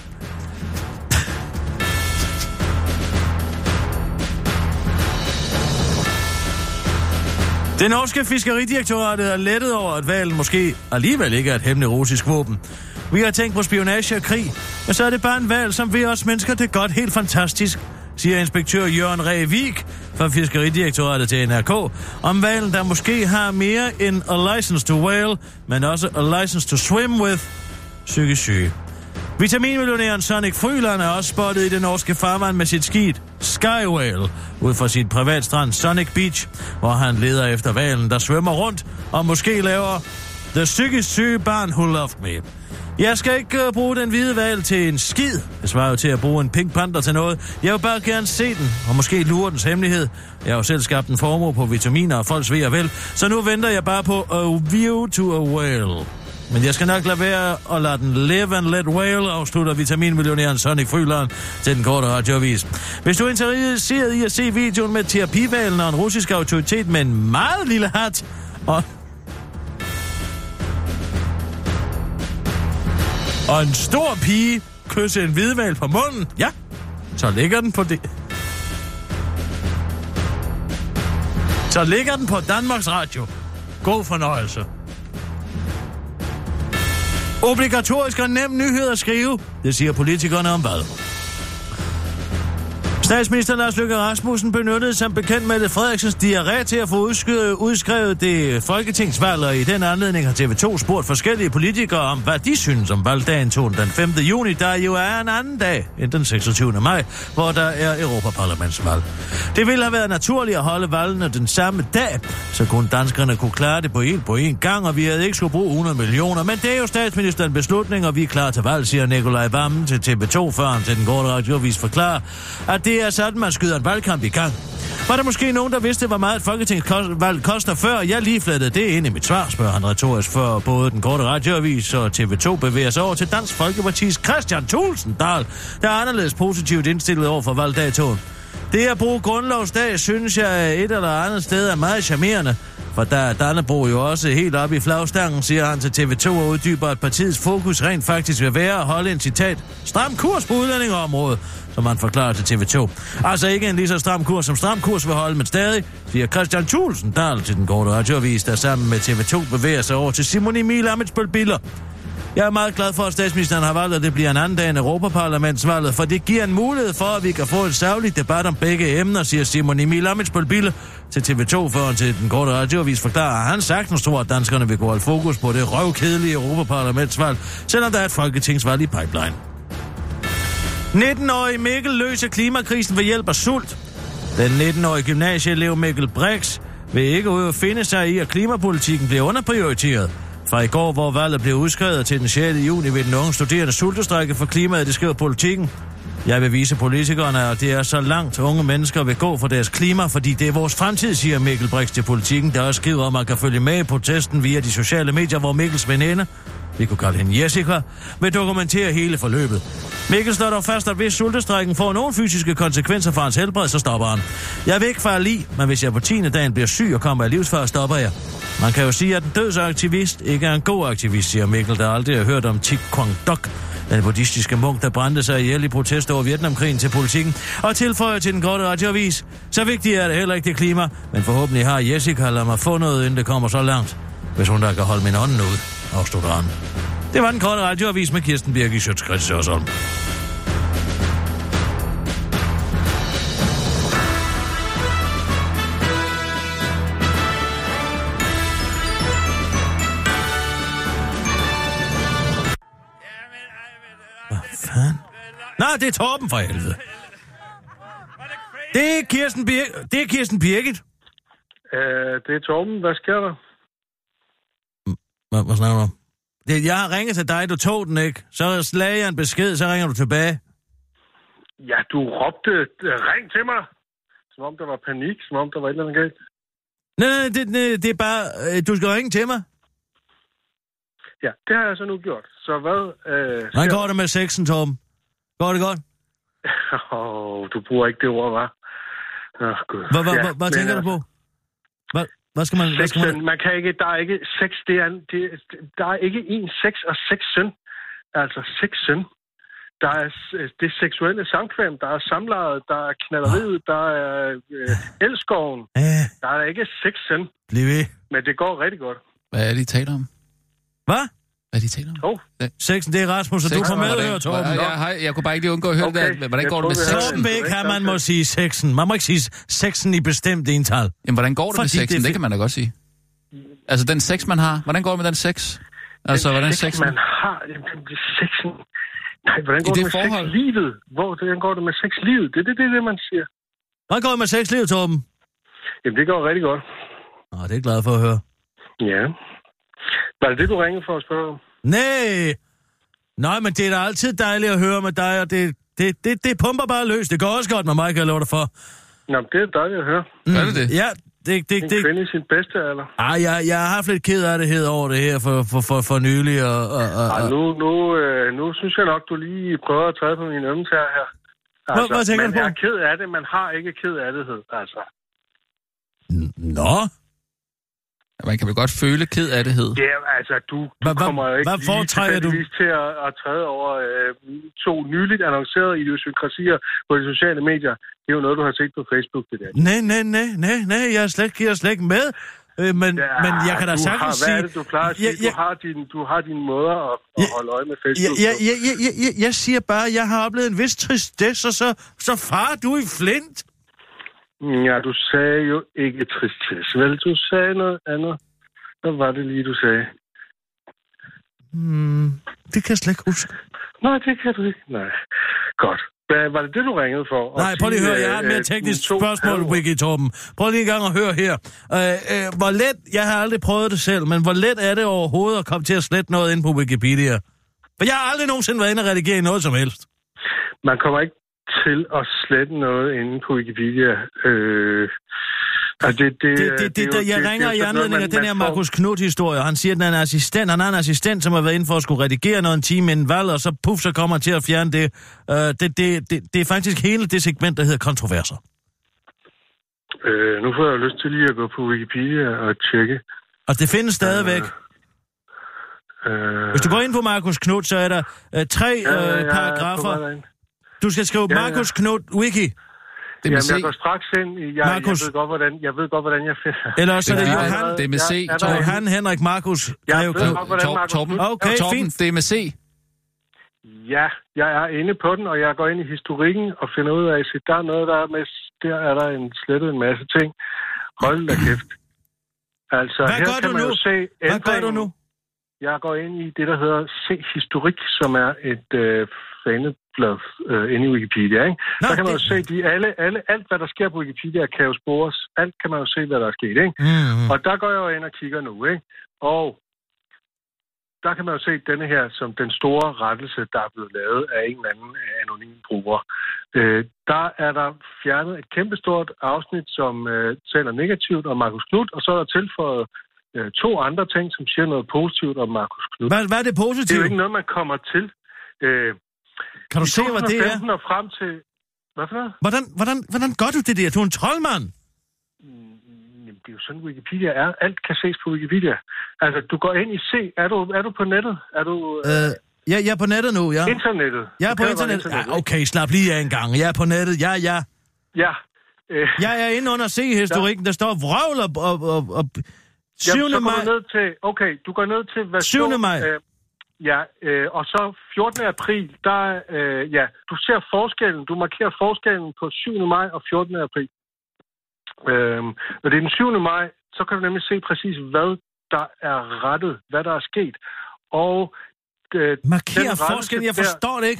Det norske fiskeridirektoratet er lettet over, at hvalen måske alligevel ikke er et hemmeligt russisk våben. Vi har tænkt på spionage og krig, men så er det bare en hval, som ved os mennesker det godt helt fantastisk, siger inspektør Jørgen Revik fra Fiskeridirektoratet til NRK, om hvalen, der måske har mere end a license to whale, men også a license to swim with psykisk syge. Vitaminmillionæren Sonic Fryland er også spottet i det norske farvand med sit skib Sky Whale ud fra sit privatstrand Sonic Beach, hvor han leder efter hvalen, der svømmer rundt og måske laver The psykisk syge barn who loved me. Jeg skal ikke bruge den hvide hval til en skid. Det svarer jo til at bruge en Pink Panther til noget. Jeg vil bare gerne se den, og måske lure dens hemmelighed. Jeg har jo selv skabt en formue på vitaminer og folks ved og vel, så nu venter jeg bare på A View to a Whale. Men jeg skal nok lade være og lade den live and let whale, afslutter vitaminmillionæren Sonic Fryland til den korte radioavis. Hvis du er interesseret i at se videoen med terapihvalen og en russisk autoritet med en meget lille hat og en stor pige kysse en hvidhval på munden, ja, så ligger den på det. Så ligger den på Danmarks Radio. God fornøjelse. Obligatorisk og nem nyhed at skrive, det siger politikerne om hvad. Statsminister Lars Løkke Rasmussen benyttede som bekendt Mette Frederiksens diarré til at få udskrevet det folketingsvalg, og i den anledning har TV2 spurgt forskellige politikere om, hvad de synes om valgdagen den 5. juni, der jo er en anden dag end den 26. maj, hvor der er Europaparlamentsvalg. Det ville have været naturligt at holde valgene den samme dag, så kun danskerne kunne klare det på en gang, og vi havde ikke skulle bruge 100 millioner, men det er jo statsministerens beslutning, og vi er klar til valg, siger Nikolaj Wammen til TV2, før han til den korte radioavis forklarer, at det er sådan, man skyder en valgkamp i gang. Var der måske nogen, der vidste, hvor meget et folketingsvalg koster før? Jeg lige flettede det ind i mit svar, spørger han retorisk, før både den korte radioavis og TV2 bevæger sig over til Dansk Folkepartis Christian Tulsendal, der er anderledes positivt indstillet over for valgdatoen. Det at bruge grundlovsdag, synes jeg et eller andet sted er meget charmerende, For der er Dannebrog jo også helt oppe i flagstangen, siger han til TV2 og uddyber, at partiets fokus rent faktisk vil være at holde en citat stram kurs på udlændingeområdet, som han forklarer til TV2. Altså ikke en lige så stram kurs, som stram kurs vil holde, men stadig, siger Christian Thulesen Dahl til den korte radioavis, der sammen med TV2 bevæger sig over til Simon Emil Ammitzbøll-Biller. Jeg er meget glad for, at statsministeren har valgt, at det bliver en anden dag end Europaparlamentsvalget, for det giver en mulighed for, at vi kan få en saglig debat om begge emner, siger Simon Emil Ammitzbøll-Biller til TV2, før han til den korte radioavis forklarer, at han sagtens tror, at danskerne vil gå holde fokus på det røvkedelige Europaparlamentsvalg, selvom der er et folketingsvalg i pipeline. 19-årige Mikkel løser klimakrisen ved hjælp af sult. Den 19-årige gymnasieelev Mikkel Brix vil ikke finde sig i, at klimapolitikken bliver underprioriteret. Fra i går, hvor valget blev udskrevet til den 6. juni, vil den unge studerende sultestrække for klimaet, det skriver Politikken. Jeg vil vise politikerne, at det er så langt unge mennesker vil gå for deres klima, fordi det er vores fremtid, siger Mikkel Brix til Politikken, der også skriver, at man kan følge med i protesten via de sociale medier, hvor Mikkels veninde, vi kunne kalde hende Jessica, vil dokumentere hele forløbet. Mikkel står dog fast, at hvis sultestrækken får nogle fysiske konsekvenser for hans helbred, så stopper han. Jeg vil ikke falde i, men hvis jeg på 10. dagen bliver syg og kommer i livsfare, stopper jeg. Man kan jo sige, at en dødsaktivist ikke er en god aktivist, siger Mikkel, der aldrig har hørt om Thich Quang Duc, den buddhistiske munk, der brændte sig ihjel i protest over Vietnamkrigen til Politikken, og tilføjer til den korte radioavis. Så vigtigt er det heller ikke det klima, men forhåbentlig har Jessica ladet mig få noget, inden det kommer så langt. Hvis hun der kan holde min ånden ud, afslutter han. Det var den korte radioavis med Kirsten Birgit Schøtz-Krets Hørsholm. Hvad fanden? Nej, det er Torben for helvede. Det er Kirsten Birgit. Det er Torben. Hvad sker der? Hvad snakker du om? Jeg har ringet til dig, du tog den ikke. Så lagde jeg en besked, så ringer du tilbage. Ja, du råbte, ring til mig. Som om der var panik, som om der var et eller andet galt. Nej, det er bare, du skal ringe til mig. Ja, det har jeg så nu gjort. Så hvad... Hvordan går det med sexen, Torben? Går det godt? Du bruger ikke det ord, hva'? Gud. Hvad tænker du på? Hvad skal man... Man kan ikke... Der er ikke sex, der er ikke en sex og sex søn. Altså sex søn. Der er det seksuelle samkvem, der er samlejet, der er knalderiet, der er elskoven. Der er ikke sex søn. Bliv ved. Men det går rigtig godt. Hvad er det, I taler om? Hvad? Hvad er det, I taler om? Sexen, det er Rasmus, og du får med at høre, Torben. Jeg kunne bare ikke lige undgå at høre det. Hvordan går det med sexen? Torben vil ikke have, man må sige sexen. Man må ikke sige sexen i bestemt ental. Jamen, hvordan går det med sexen? Det kan man da godt sige. Altså, den sex, man har. Hvordan går det med den sex? Altså, hvordan sex, man har... Sexen... Nej, hvordan går det med sexlivet? Hvordan går det med sexlivet? Det er det, man siger. Hvordan går det med sexlivet, Torben? Jamen, det går rigtig godt. Nå, det er jeg glad for at høre. Ja. Var det du ringede for at spørge om? Nej, men det er da altid dejligt at høre med dig, og det pumper bare løs. Det går også godt med mig, kan jeg love dig for. Nå, det er dejligt at høre. Gør det det? Ja, det... En kvinde i sin bedste alder. Jeg har haft lidt ked over det her for nylig, og... Nu synes jeg nok, du lige prøver at træde på min ømmetær her. Altså, hvad tænker du på? Man er ked af det, man har ikke ked af det, altså. Nå? Man kan vel godt føle ked af det hed. Ja, altså, du kommer jo ikke lige til at træde over to nyligt annoncerede idiosynkrasier på de sociale medier. Det er jo noget, du har set på Facebook, det der. Nej, jeg er slet ikke med. Men jeg kan da sagtens sige... Hvad er det, du plejer at sige? Du har dine måder at holde øje med Facebook. Jeg siger bare, at jeg har oplevet en vis tristesse, og så farer du i flint. Ja, du sagde jo ikke tristesse, vel? Du sagde noget andet. Hvad var det lige, du sagde? Det kan jeg slet ikke huske. Nej, det kan du ikke. Nej. Godt. Var det det, du ringede for? Nej, prøv lige at høre. Jeg har et mere teknisk spørgsmål, Wiki Torben. Prøv lige en gang at høre her. Hvor let, jeg har aldrig prøvet det selv, men hvor let er det overhovedet at komme til at slette noget ind på Wikipedia? For jeg har aldrig nogensinde været inde og redigere noget som helst. Man kommer ikke til at slette noget inde på Wikipedia. Jeg ringer i anledning af den her Markus Knudt-historie. Han siger, at han er en assistent, som har været inde for at skulle redigere noget en time inden valg, og så så kommer han til at fjerne det. Det er faktisk hele det segment, der hedder kontroverser. Nu får jeg lyst til lige at gå på Wikipedia og tjekke. Og det findes stadigvæk. Hvis du går ind på Markus Knuth, så er der 3 paragrafer. Du skal skrive Markus Knuth Wiki. Jamen, jeg går straks ind. Jeg ved godt, hvordan jeg finder. Eller så er det Johan. Det er med C. Johan Henrik Markus. Torben. Okay, fint. Det er med C. Ja, jeg er inde på den, og jeg går ind i historikken og finder ud af, at der er noget, der er med... Der er der slettet en masse ting. Hold da kæft. Altså, Hvad gør du nu? Hvad gør du nu? Jeg går ind i det, der hedder C-historik, som er et faneblad inde i Wikipedia. Ikke? Der kan man jo se, alt hvad der sker på Wikipedia, kan jo spores. Alt kan man jo se, hvad der er sket. Ikke? Mm-hmm. Og der går jeg jo ind og kigger nu. Ikke? Og der kan man jo se denne her som den store rettelse, der er blevet lavet af en eller anden anonym bruger. Der er der fjernet et kæmpestort afsnit, som taler negativt om Markus Knuth, og så er der tilføjet 2 andre ting, som siger noget positivt om Markus Knuth. Hvad er det positivt? Det er jo ikke noget, man kommer til. Kan du se, hvad det er? Og frem til... Hvad for noget? Hvordan gør du det der? Du er en troldmand. Det er jo sådan, Wikipedia er. Alt kan ses på Wikipedia. Altså, du går ind i C. Er du på nettet? Er du... Ja, jeg er på nettet nu, ja. Internettet. Jeg er på internettet. Ja, okay, slap lige af en gang. Jeg er på nettet. Ja. Ja. Jeg er inde under C-historikken. Der står vrøvl og 7. Jamen, så maj. går du ned til... Okay, du går ned til... 7. maj. Og så 14. april, der... du ser forskellen. Du markerer forskellen på 7. maj og 14. april. Når det er den 7. maj, så kan du nemlig se præcis, hvad der er rettet, hvad der er sket. Og markerer forskellen? Jeg forstår det ikke.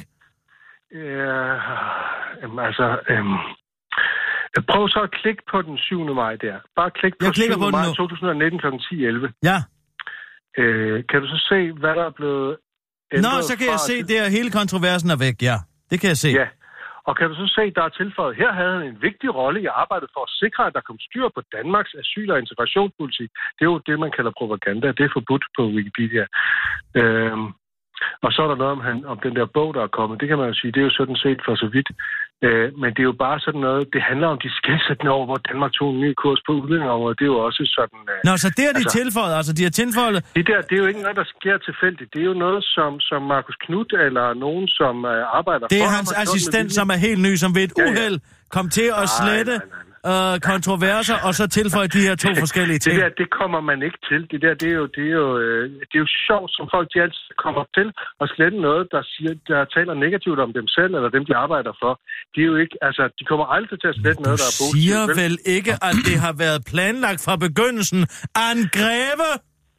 Prøv så at klikke på den 7. maj der. Bare klik på 7. maj 2019 kl. 10:11. Ja. Kan du så se, hvad der er blevet ændret? Nå, så kan jeg se, at hele kontroversen er væk, ja. Det kan jeg se. Ja. Og kan du så se, der er tilføjet, her havde han en vigtig rolle i arbejdet for at sikre, at der kom styr på Danmarks asyl- og integrationspolitik. Det er jo det, man kalder propaganda. Det er forbudt på Wikipedia. Og så er der noget om den der bog, der er kommet. Det kan man jo sige, det er jo sådan set for så vidt. Men det er jo bare sådan noget, det handler om de skældsættende år, hvor Danmark tog en ny kurs på udlændingeområdet. Det er jo også sådan... Nå, så det er de tilføjet, altså de har tilføjet... Det er jo ikke noget, der sker tilfældigt. Det er jo noget, som Markus Knuth eller nogen, som arbejder for... Det er hans assistent, som er helt ny, som ved et uheld kom til at slette kontroverser, og så tilføje de her 2 forskellige ting. Det kommer man ikke til. Det er jo sjovt, som folk de altid kommer til at slette noget, der taler negativt om dem selv, eller dem, de arbejder for. De er jo ikke, altså, de kommer aldrig til at slette noget, der er positivt. Du siger vel ikke, at det har været planlagt fra begyndelsen af en greve?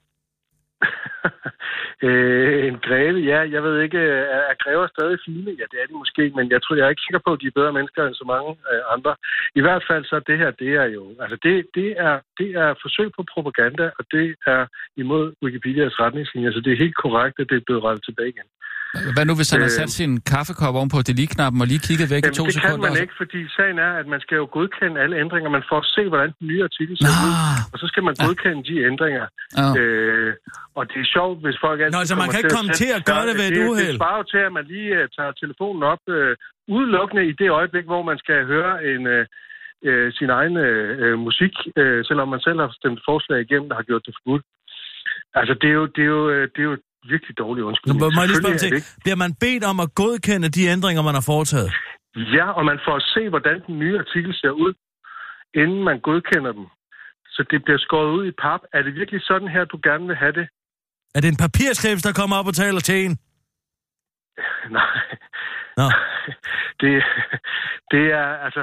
En greve, ja. Jeg ved ikke, er grever stadig fine? Ja, det er de måske, men jeg er ikke sikker på, at de er bedre mennesker end så mange andre. I hvert fald så det her, det er jo... Altså, det er forsøg på propaganda, og det er imod Wikipedias retningslinjer, så det er helt korrekt, at det er blevet rettet tilbage igen. Hvad nu, hvis han har sat sin kaffekop ovenpå delete-knappen og lige kigget væk i 2 sekunder? Det kan man ikke, fordi sagen er, at man skal jo godkende alle ændringer. Man får se, hvordan den nye artikel ser ud, og så skal man godkende de ændringer. Og det er sjovt, hvis folk altid så man kan ikke komme til at gøre det ved et uheld. Det sparer jo til, at man lige tager telefonen op udelukkende i det øjeblik, hvor man skal høre sin egen musik, selvom man selv har stemt forslag igennem, der har gjort det forbudt. Altså, det er jo virkelig dårlig undskyldning. Må jeg lige spørge til, bliver man bedt om at godkende de ændringer, man har foretaget? Ja, og man får at se, hvordan den nye artikel ser ud, inden man godkender den. Så det bliver skåret ud i pap. Er det virkelig sådan her, du gerne vil have det? Er det en papirskrift, der kommer op og taler til en? Nej. Nå. Det er, altså...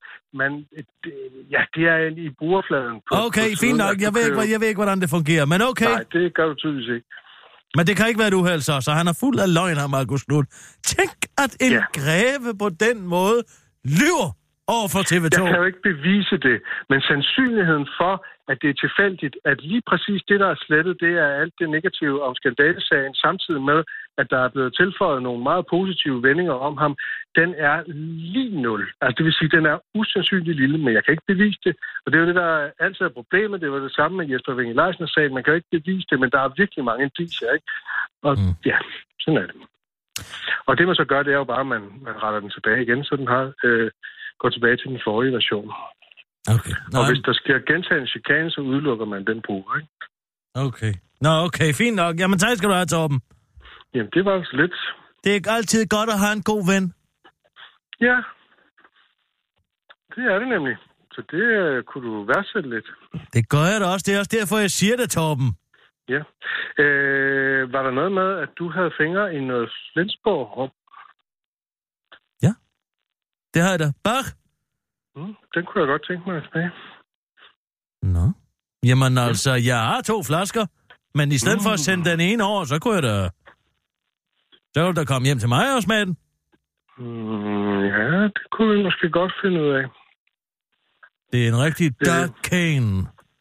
det er i brugerfladen. Okay, fint nok. Jeg ved ikke, hvordan det fungerer, men okay. Nej, det gør du tydeligvis ikke. Men det kan ikke være et uheld så han er fuld af løgn af Markus Knuth. Tænk, at en greve på den måde lyver over for TV2. Jeg kan jo ikke bevise det, men sandsynligheden for, at det er tilfældigt, at lige præcis det, der er slettet, det er alt det negative om skandalesagen, samtidig med, at der er blevet tilføjet nogle meget positive vendinger om ham, den er lige 0. Altså det vil sige, den er usandsynligt lille, men jeg kan ikke bevise det. Og det er jo det, der altid er problemet. Det var det samme med Jesper Winge Leisners sag. Man kan jo ikke bevise det, men der er virkelig mange indicier, ikke? Og ja, sådan er det. Og det man så gør, det er jo bare, at man retter den tilbage igen, så den har... går tilbage til den forrige version. Okay. Og hvis der sker gentagen chikane, så udelukker man den brug, ikke? Okay. Nå, okay, fint nok. Jamen, tak skal du have, Torben. Jamen, det var altså lidt. Det er altid godt at have en god ven. Ja, det er det nemlig. Så det kunne du værdsætte lidt. Det gør jeg da også. Det er også derfor, jeg siger det, Torben. Ja. Var der noget med, at du havde fingre i noget Flensborg-rum? Ja, det har jeg da. Bach? Den kunne jeg godt tænke mig at smage. Nå. Jamen altså, jeg har 2 flasker, men i stedet for at sende den ene over, så kunne jeg da... Så kunne du da komme hjem til mig og smage den. Ja, det kunne vi måske godt finde ud af. Det er en rigtig dark cane.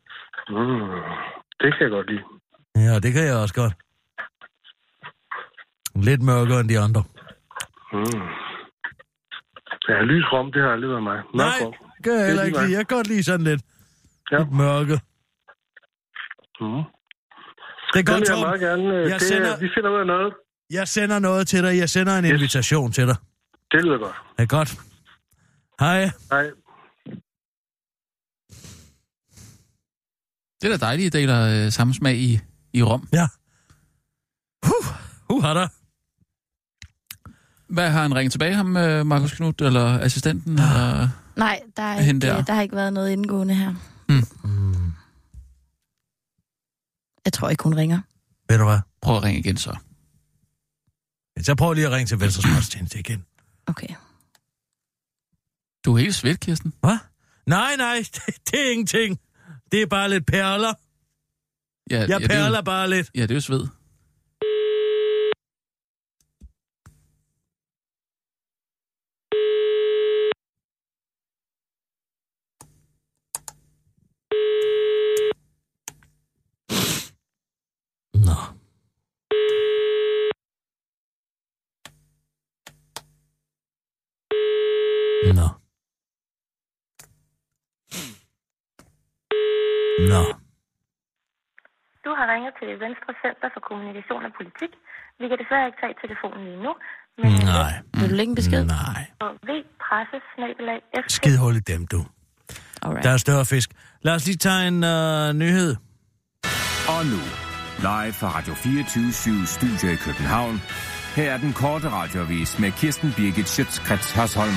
Det kan jeg godt lide. Ja, det kan jeg også godt. Lidt mørkere end de andre. Ja, lysrum, det har aldrig været mig. Nej, det kan jeg heller ikke lide. Jeg kan godt lide sådan lidt mørke. Det er godt, Tom. Jeg gerne. Vi finder ud af noget. Jeg sender noget til dig. Jeg sender en invitation til dig. Det lyder godt. Det er godt. Hej. Hej. Det er da dejligt, at deler samme smag i Rom. Ja. Har der. Hvad har han ringet tilbage, ham, Markus Knudt, eller assistenten? Eller nej, der har ikke været noget indgående her. Jeg tror ikke, hun ringer. Ved du hvad? Prøv at ringe igen, så. Så prøv lige at ringe til Venstres Poststjeneste igen. Okay. Du er helt svedt, Kirsten. Hvad? Nej, det er ingenting. Det er bare lidt perler. Jeg perler bare lidt. Ja, det er jo sved. Nå. Du har ringet til Venstre Center for Kommunikation og Politik. Vi kan desværre ikke tage telefonen lige nu. Men nej. Vil du lægge en besked? Nej. V-presse-snabelag-FT. Skid hul i dem, du. Alright. Der er større fisk. Lad os lige tage en nyhed. Og nu, live fra Radio 24/7 Studio i København. Her er den korte radioavis med Kirsten Birgit Schøtz-Krets Hørsholm.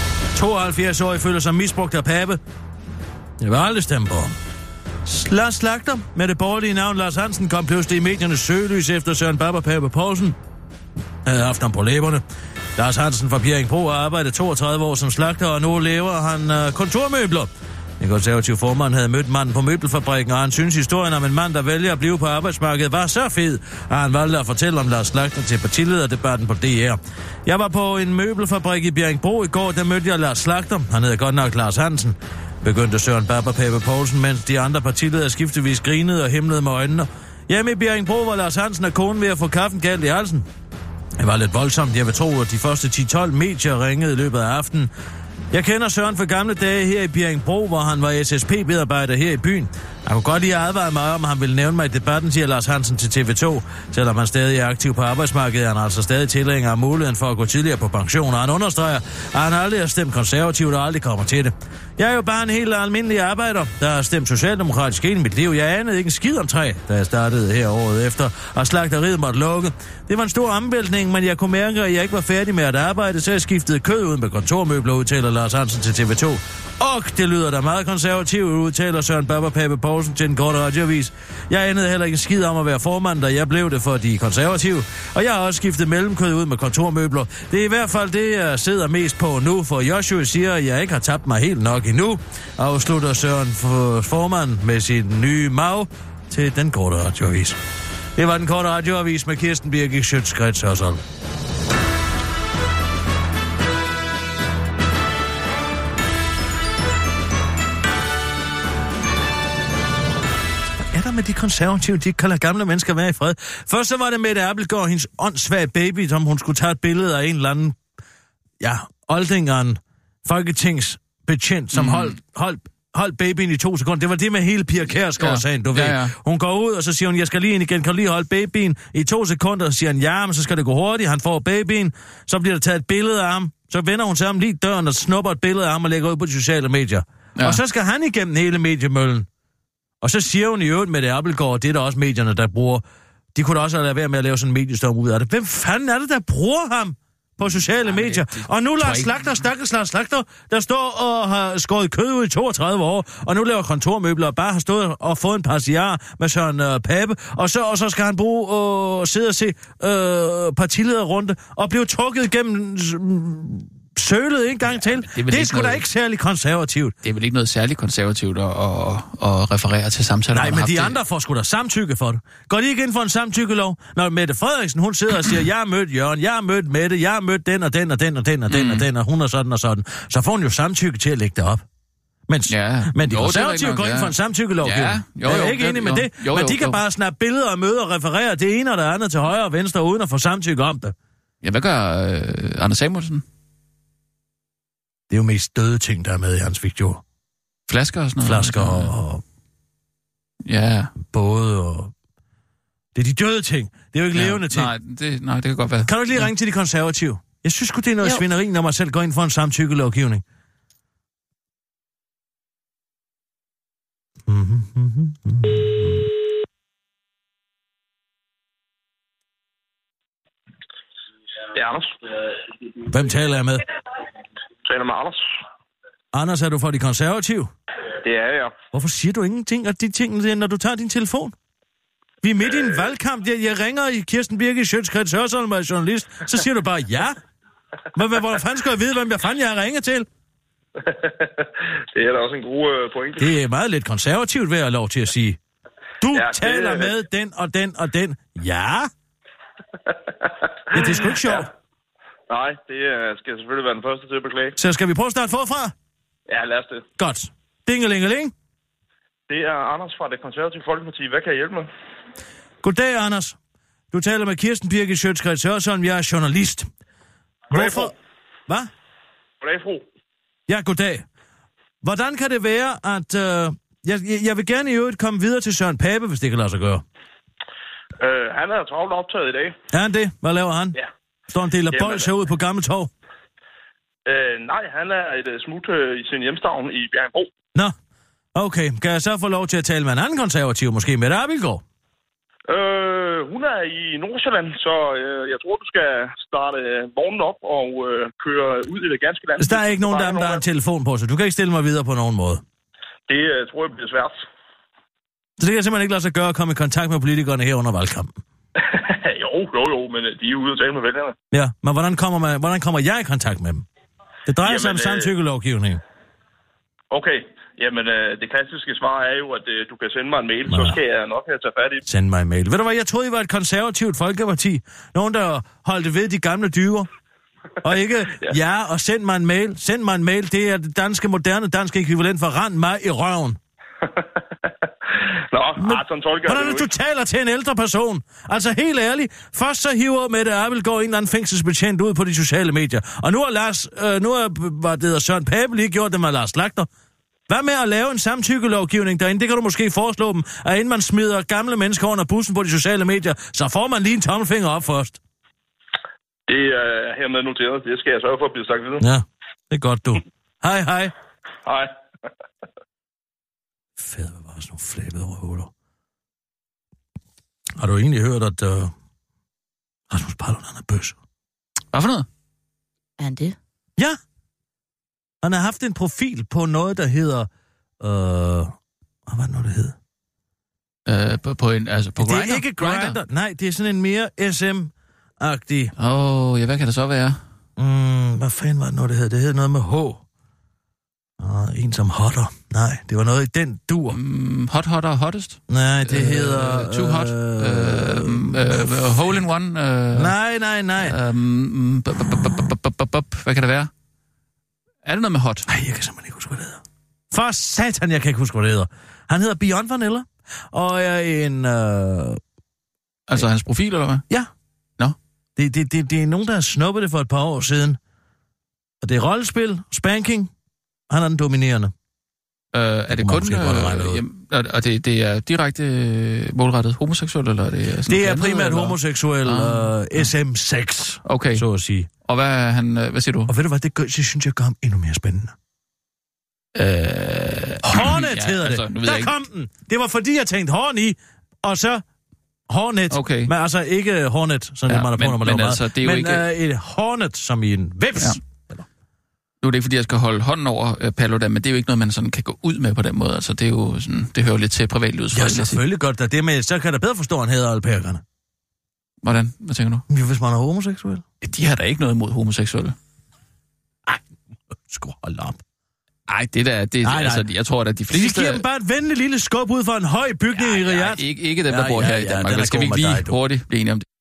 72-årig føler sig misbrugt af Pape. Jeg vil aldrig stemme på ham. Lars Slagter med det borgerlige navn Lars Hansen kom pludselig i mediernes søgelys efter Søren Pape Poulsen havde haft ham på læberne. Lars Hansen fra Bjerringbro har arbejdet 32 år som slagter, og nu lever han kontormøbler. En konservativ formand havde mødt manden på møbelfabrikken, og han synes historien om en mand, der vælger at blive på arbejdsmarkedet, var så fed, og han valgte at fortælle om Lars Slagter til partilederdebatten på DR. Jeg var på en møbelfabrik i Bjerringbro i går, der mødte jeg Lars Slagter. Han hedder godt nok Lars Hansen. Begyndte Søren Pape Poulsen, mens de andre partiledere skiftevis grinede og himlede med øjnene. Hjemme i Bjerringbro var Lars Hansen og konen ved at få kaffen galt i halsen. Det var lidt voldsomt. Jeg vil tro, at de første 10-12 medier ringede i løbet af aftenen. Jeg kender Søren for gamle dage her i Bjerringbro, hvor han var SSP-medarbejder her i byen. Han kunne godt lige advare mig om, at han ville nævne mig i debatten, siger Lars Hansen til TV2. Selvom han stadig er aktiv på arbejdsmarkedet, er han altså stadig tilhænger af muligheden for at gå tidligere på pension. Og han understreger, at han aldrig har stemt konservativt og aldrig kommer til det. Jeg er jo bare en helt almindelig arbejder, der har stemt socialdemokratisk hele mit liv. Jeg anede ikke en skid om træ, da jeg startede her året efter, og slagteriet måtte lukke. Det var en stor omvæltning, men jeg kunne mærke, at jeg ikke var færdig med at arbejde, så jeg skiftede kød ud med kontormøbler, udtaler Lars Hansen til TV2. Og det lyder da meget konservativt, udtaler Søren Pape Poulsen til den korte radioavis. Jeg anede heller ikke en skid om at være formand, da jeg blev det for de konservative. Og jeg har også skiftet mellemkød ud med kontormøbler. Det er i hvert fald det, jeg sidder mest på nu, for Joshua siger, at jeg ikke har tabt mig helt nok endnu. Afslutter Søren formand med sin nye mag til den korte radioavis. Det var den korte radioavis med Kirsten Birgit Schøtz-Krets Hørsholm. Med de konservative, de kan lade gamle mennesker være i fred. Først så var det Mette Abildgaard og hendes åndssvage baby, som hun skulle tage et billede af en eller anden, oldingeren, folketingsbetjent, som holdt babyen i 2 sekunder. Det var det med hele Pia Kjærsgaard-sagen, du ved. Ja. Hun går ud, og så siger hun, jeg skal lige ind igen, kan du lige holde babyen i 2 sekunder? Så siger han, ja, men så skal det gå hurtigt. Han får babyen, så bliver der taget et billede af ham. Så vender hun sig om lige døren og snupper et billede af ham og lægger ud på de sociale medier. Ja. Og så skal han igennem hele mediemøllen. Og så siger hun i øvrigt med det Appelgaard, det er der også medierne, der bruger. De kunne da også lade være med at lave sådan en mediestorm ud af det. Hvem fanden er det, der bruger ham på sociale medier? Og nu Lars Slagter, der står og har skåret kød ud i 32 år, og nu laver kontormøbler og bare har stået og fået en par cigarer med Søren Pape, og så skal han sidde og se partilederrunde og blive trukket igennem sølet en gang til. Det er sgu da ikke særlig konservativt. Det er vel ikke noget særligt konservativt at referere til samtaler. Nej, men de andre får sgu da samtykke for det. Går de ikke ind for en samtykkelov? Når Mette Frederiksen, hun sidder og siger, jeg har mødt Jørgen, jeg har mødt Mette, jeg har mødt den og den og den og den og den og den, og hun og sådan og sådan. Så får hun jo samtykke til at lægge det op. Men de konservative går ind for en samtykkelov. Jeg er ikke enig med det. Men de kan bare snappe billeder og møder og referere det ene og det andet til højre og venstre, uden at få samtykke om det. Ja, hvad gør Anders Samuelsen? Det er jo mest døde ting, der er med i hans video. Flasker og sådan noget? Flasker og... Ja. Både og... Det er de døde ting. Det er jo ikke levende ting. Nej, det kan godt være. Kan du ikke lige ringe til de konservative? Jeg synes sgu, det er noget svineri, når man selv går ind for en samtykkelovgivning. Det er Anders. Hvem taler jeg med? Taler med Anders. Anders, er du for de konservative? Det er jeg. Hvorfor siger du ingenting af de ting, når du tager din telefon? Vi er midt i en valgkamp. Jeg ringer i Kirsten Birgit Schøtz-Krets Hørsholm, og er journalist. Så siger du bare ja. Hvor fanden skal jeg vide, hvem jeg har ringet til? Det er da også en god pointe. Det er meget lidt konservativt, vil jeg lov til at sige. Du taler med den og den og den. Ja. Ja, det er sgu ikke sjovt. Nej, det skal selvfølgelig være den første til at beklage. Så skal vi prøve at starte forfra? Ja, lad os det. Godt. Dingelingeling. Det er Anders fra Det Konservative Folkeparti. Hvad kan jeg hjælpe med? Goddag, Anders. Du taler med Kirsten Birgit Schøtz-Krets Hørsholm. Jeg er journalist. Hvorfor? Hvad? Goddag, fru. Ja, goddag. Hvordan kan det være, at... Jeg vil gerne i øvrigt komme videre til Søren Pape, hvis det kan lade sig gøre. Han er travlt optaget i dag. Er han det? Hvad laver han? Ja. Står en del af bold herude på Gammeltorv? Nej, han er et smut i sin hjemstavn i Bjergbro. Nå, okay. Kan jeg så få lov til at tale med en anden konservativ, måske med Appelgaard? Hun er i Nordsjælland, så jeg tror, du skal starte vognen op og køre ud i det ganske land. Der er ikke nogen af dem, der har en telefon på, så du kan ikke stille mig videre på nogen måde. Det tror jeg bliver svært. Så det kan simpelthen ikke lade sig gøre at komme i kontakt med politikerne her under valgkampen? jo, men de er ude og tale med vælgerne. Ja, men hvordan kommer jeg i kontakt med dem? Det drejer sig om samtykkelovgivning. Okay, jamen det klassiske svar er jo, at du kan sende mig en mail, så skal jeg nok have taget fat i. Send mig en mail. Ved du hvad, jeg troede, I var et konservativt folkeparti. Nogen, der holdte ved de gamle dyver. Og ikke, og send mig en mail. Send mig en mail, det er det moderne danske ekvivalent for rend mig i røven. Nå, sådan tolker hvordan du taler til en ældre person? Altså helt ærligt, først så hiver Mette Appelgaard en eller anden fængselsbetjent ud på de sociale medier. Og nu har Søren Pape lige gjort det med Lars Slagter. Hvad med at lave en samtykkelovgivning derinde? Det kan du måske foreslå dem, at inden man smider gamle mennesker under bussen på de sociale medier, så får man lige en tommelfinger op først. Det er hermed noteret. Det skal jeg sørge for at blive sagt videre. Ja, det er godt, du. Hej. Hej. Fed, hvad var sådan nogle flabede overhuller. Har du egentlig hørt, at Rasmus Paludan er bøs? Hvad for noget? Er han det? Ja. Han har haft en profil på noget, der hedder... hvad var det nu, det hed? På Grindr? Det er ikke Grindr. Nej, det er sådan en mere SM-agtig... ja, hvad kan det så være? Hvad fanden var det nu, det hed? Det hed noget med H. En som hotter. Nej, det var noget i den dur. Hotter hottest? Nej, det hedder... Too hot? Hole in one? Nej. Hvad kan det være? Er det noget med hot? Nej, jeg kan simpelthen ikke huske, hvad det hedder. For satan, jeg kan ikke huske, hvad det hedder. Han hedder Beyond Vanilla, og er en... Altså hans profil, eller hvad? Ja. Nå. Det er nogen, der har snuppet det for et par år siden. Og det er rollespil, spanking. Han er den dominerende. Er det kun... og det er direkte målrettet homoseksuel, eller er det... Det er primært homoseksuel SM6, okay. Så at sige. Og hvad siger du? Og ved du hvad, det synes jeg gør ham endnu mere spændende. Hornet hedder det. Altså, der kom den. Det var fordi, jeg tænkte horny, og så Hornet. Okay. Men altså ikke Hornet, sådan det man er på, når man laver altså, det er men ikke... et Hornet, som i en vips. Ja. Nu er det ikke, fordi jeg skal holde hånden over Paludan, men det er jo ikke noget, man sådan kan gå ud med på den måde. Altså, det er jo sådan, det hører jo lidt til privatlivets. Ja, selvfølgelig godt da det, men så kan der bedre forstå, en hader alpækerne. Hvordan? Hvad tænker du? Jo, hvis man er homoseksuel. De har da ikke noget imod homoseksuelle. Ej, sgu hold op. Ej, det der, det, nej. Altså, jeg tror, at de fleste... Vi giver dem bare et venligt lille skub ud for en høj bygning i Riyadh. Ikke dem, der bor her i Danmark. Skal vi ikke lige hurtigt blive enige om det?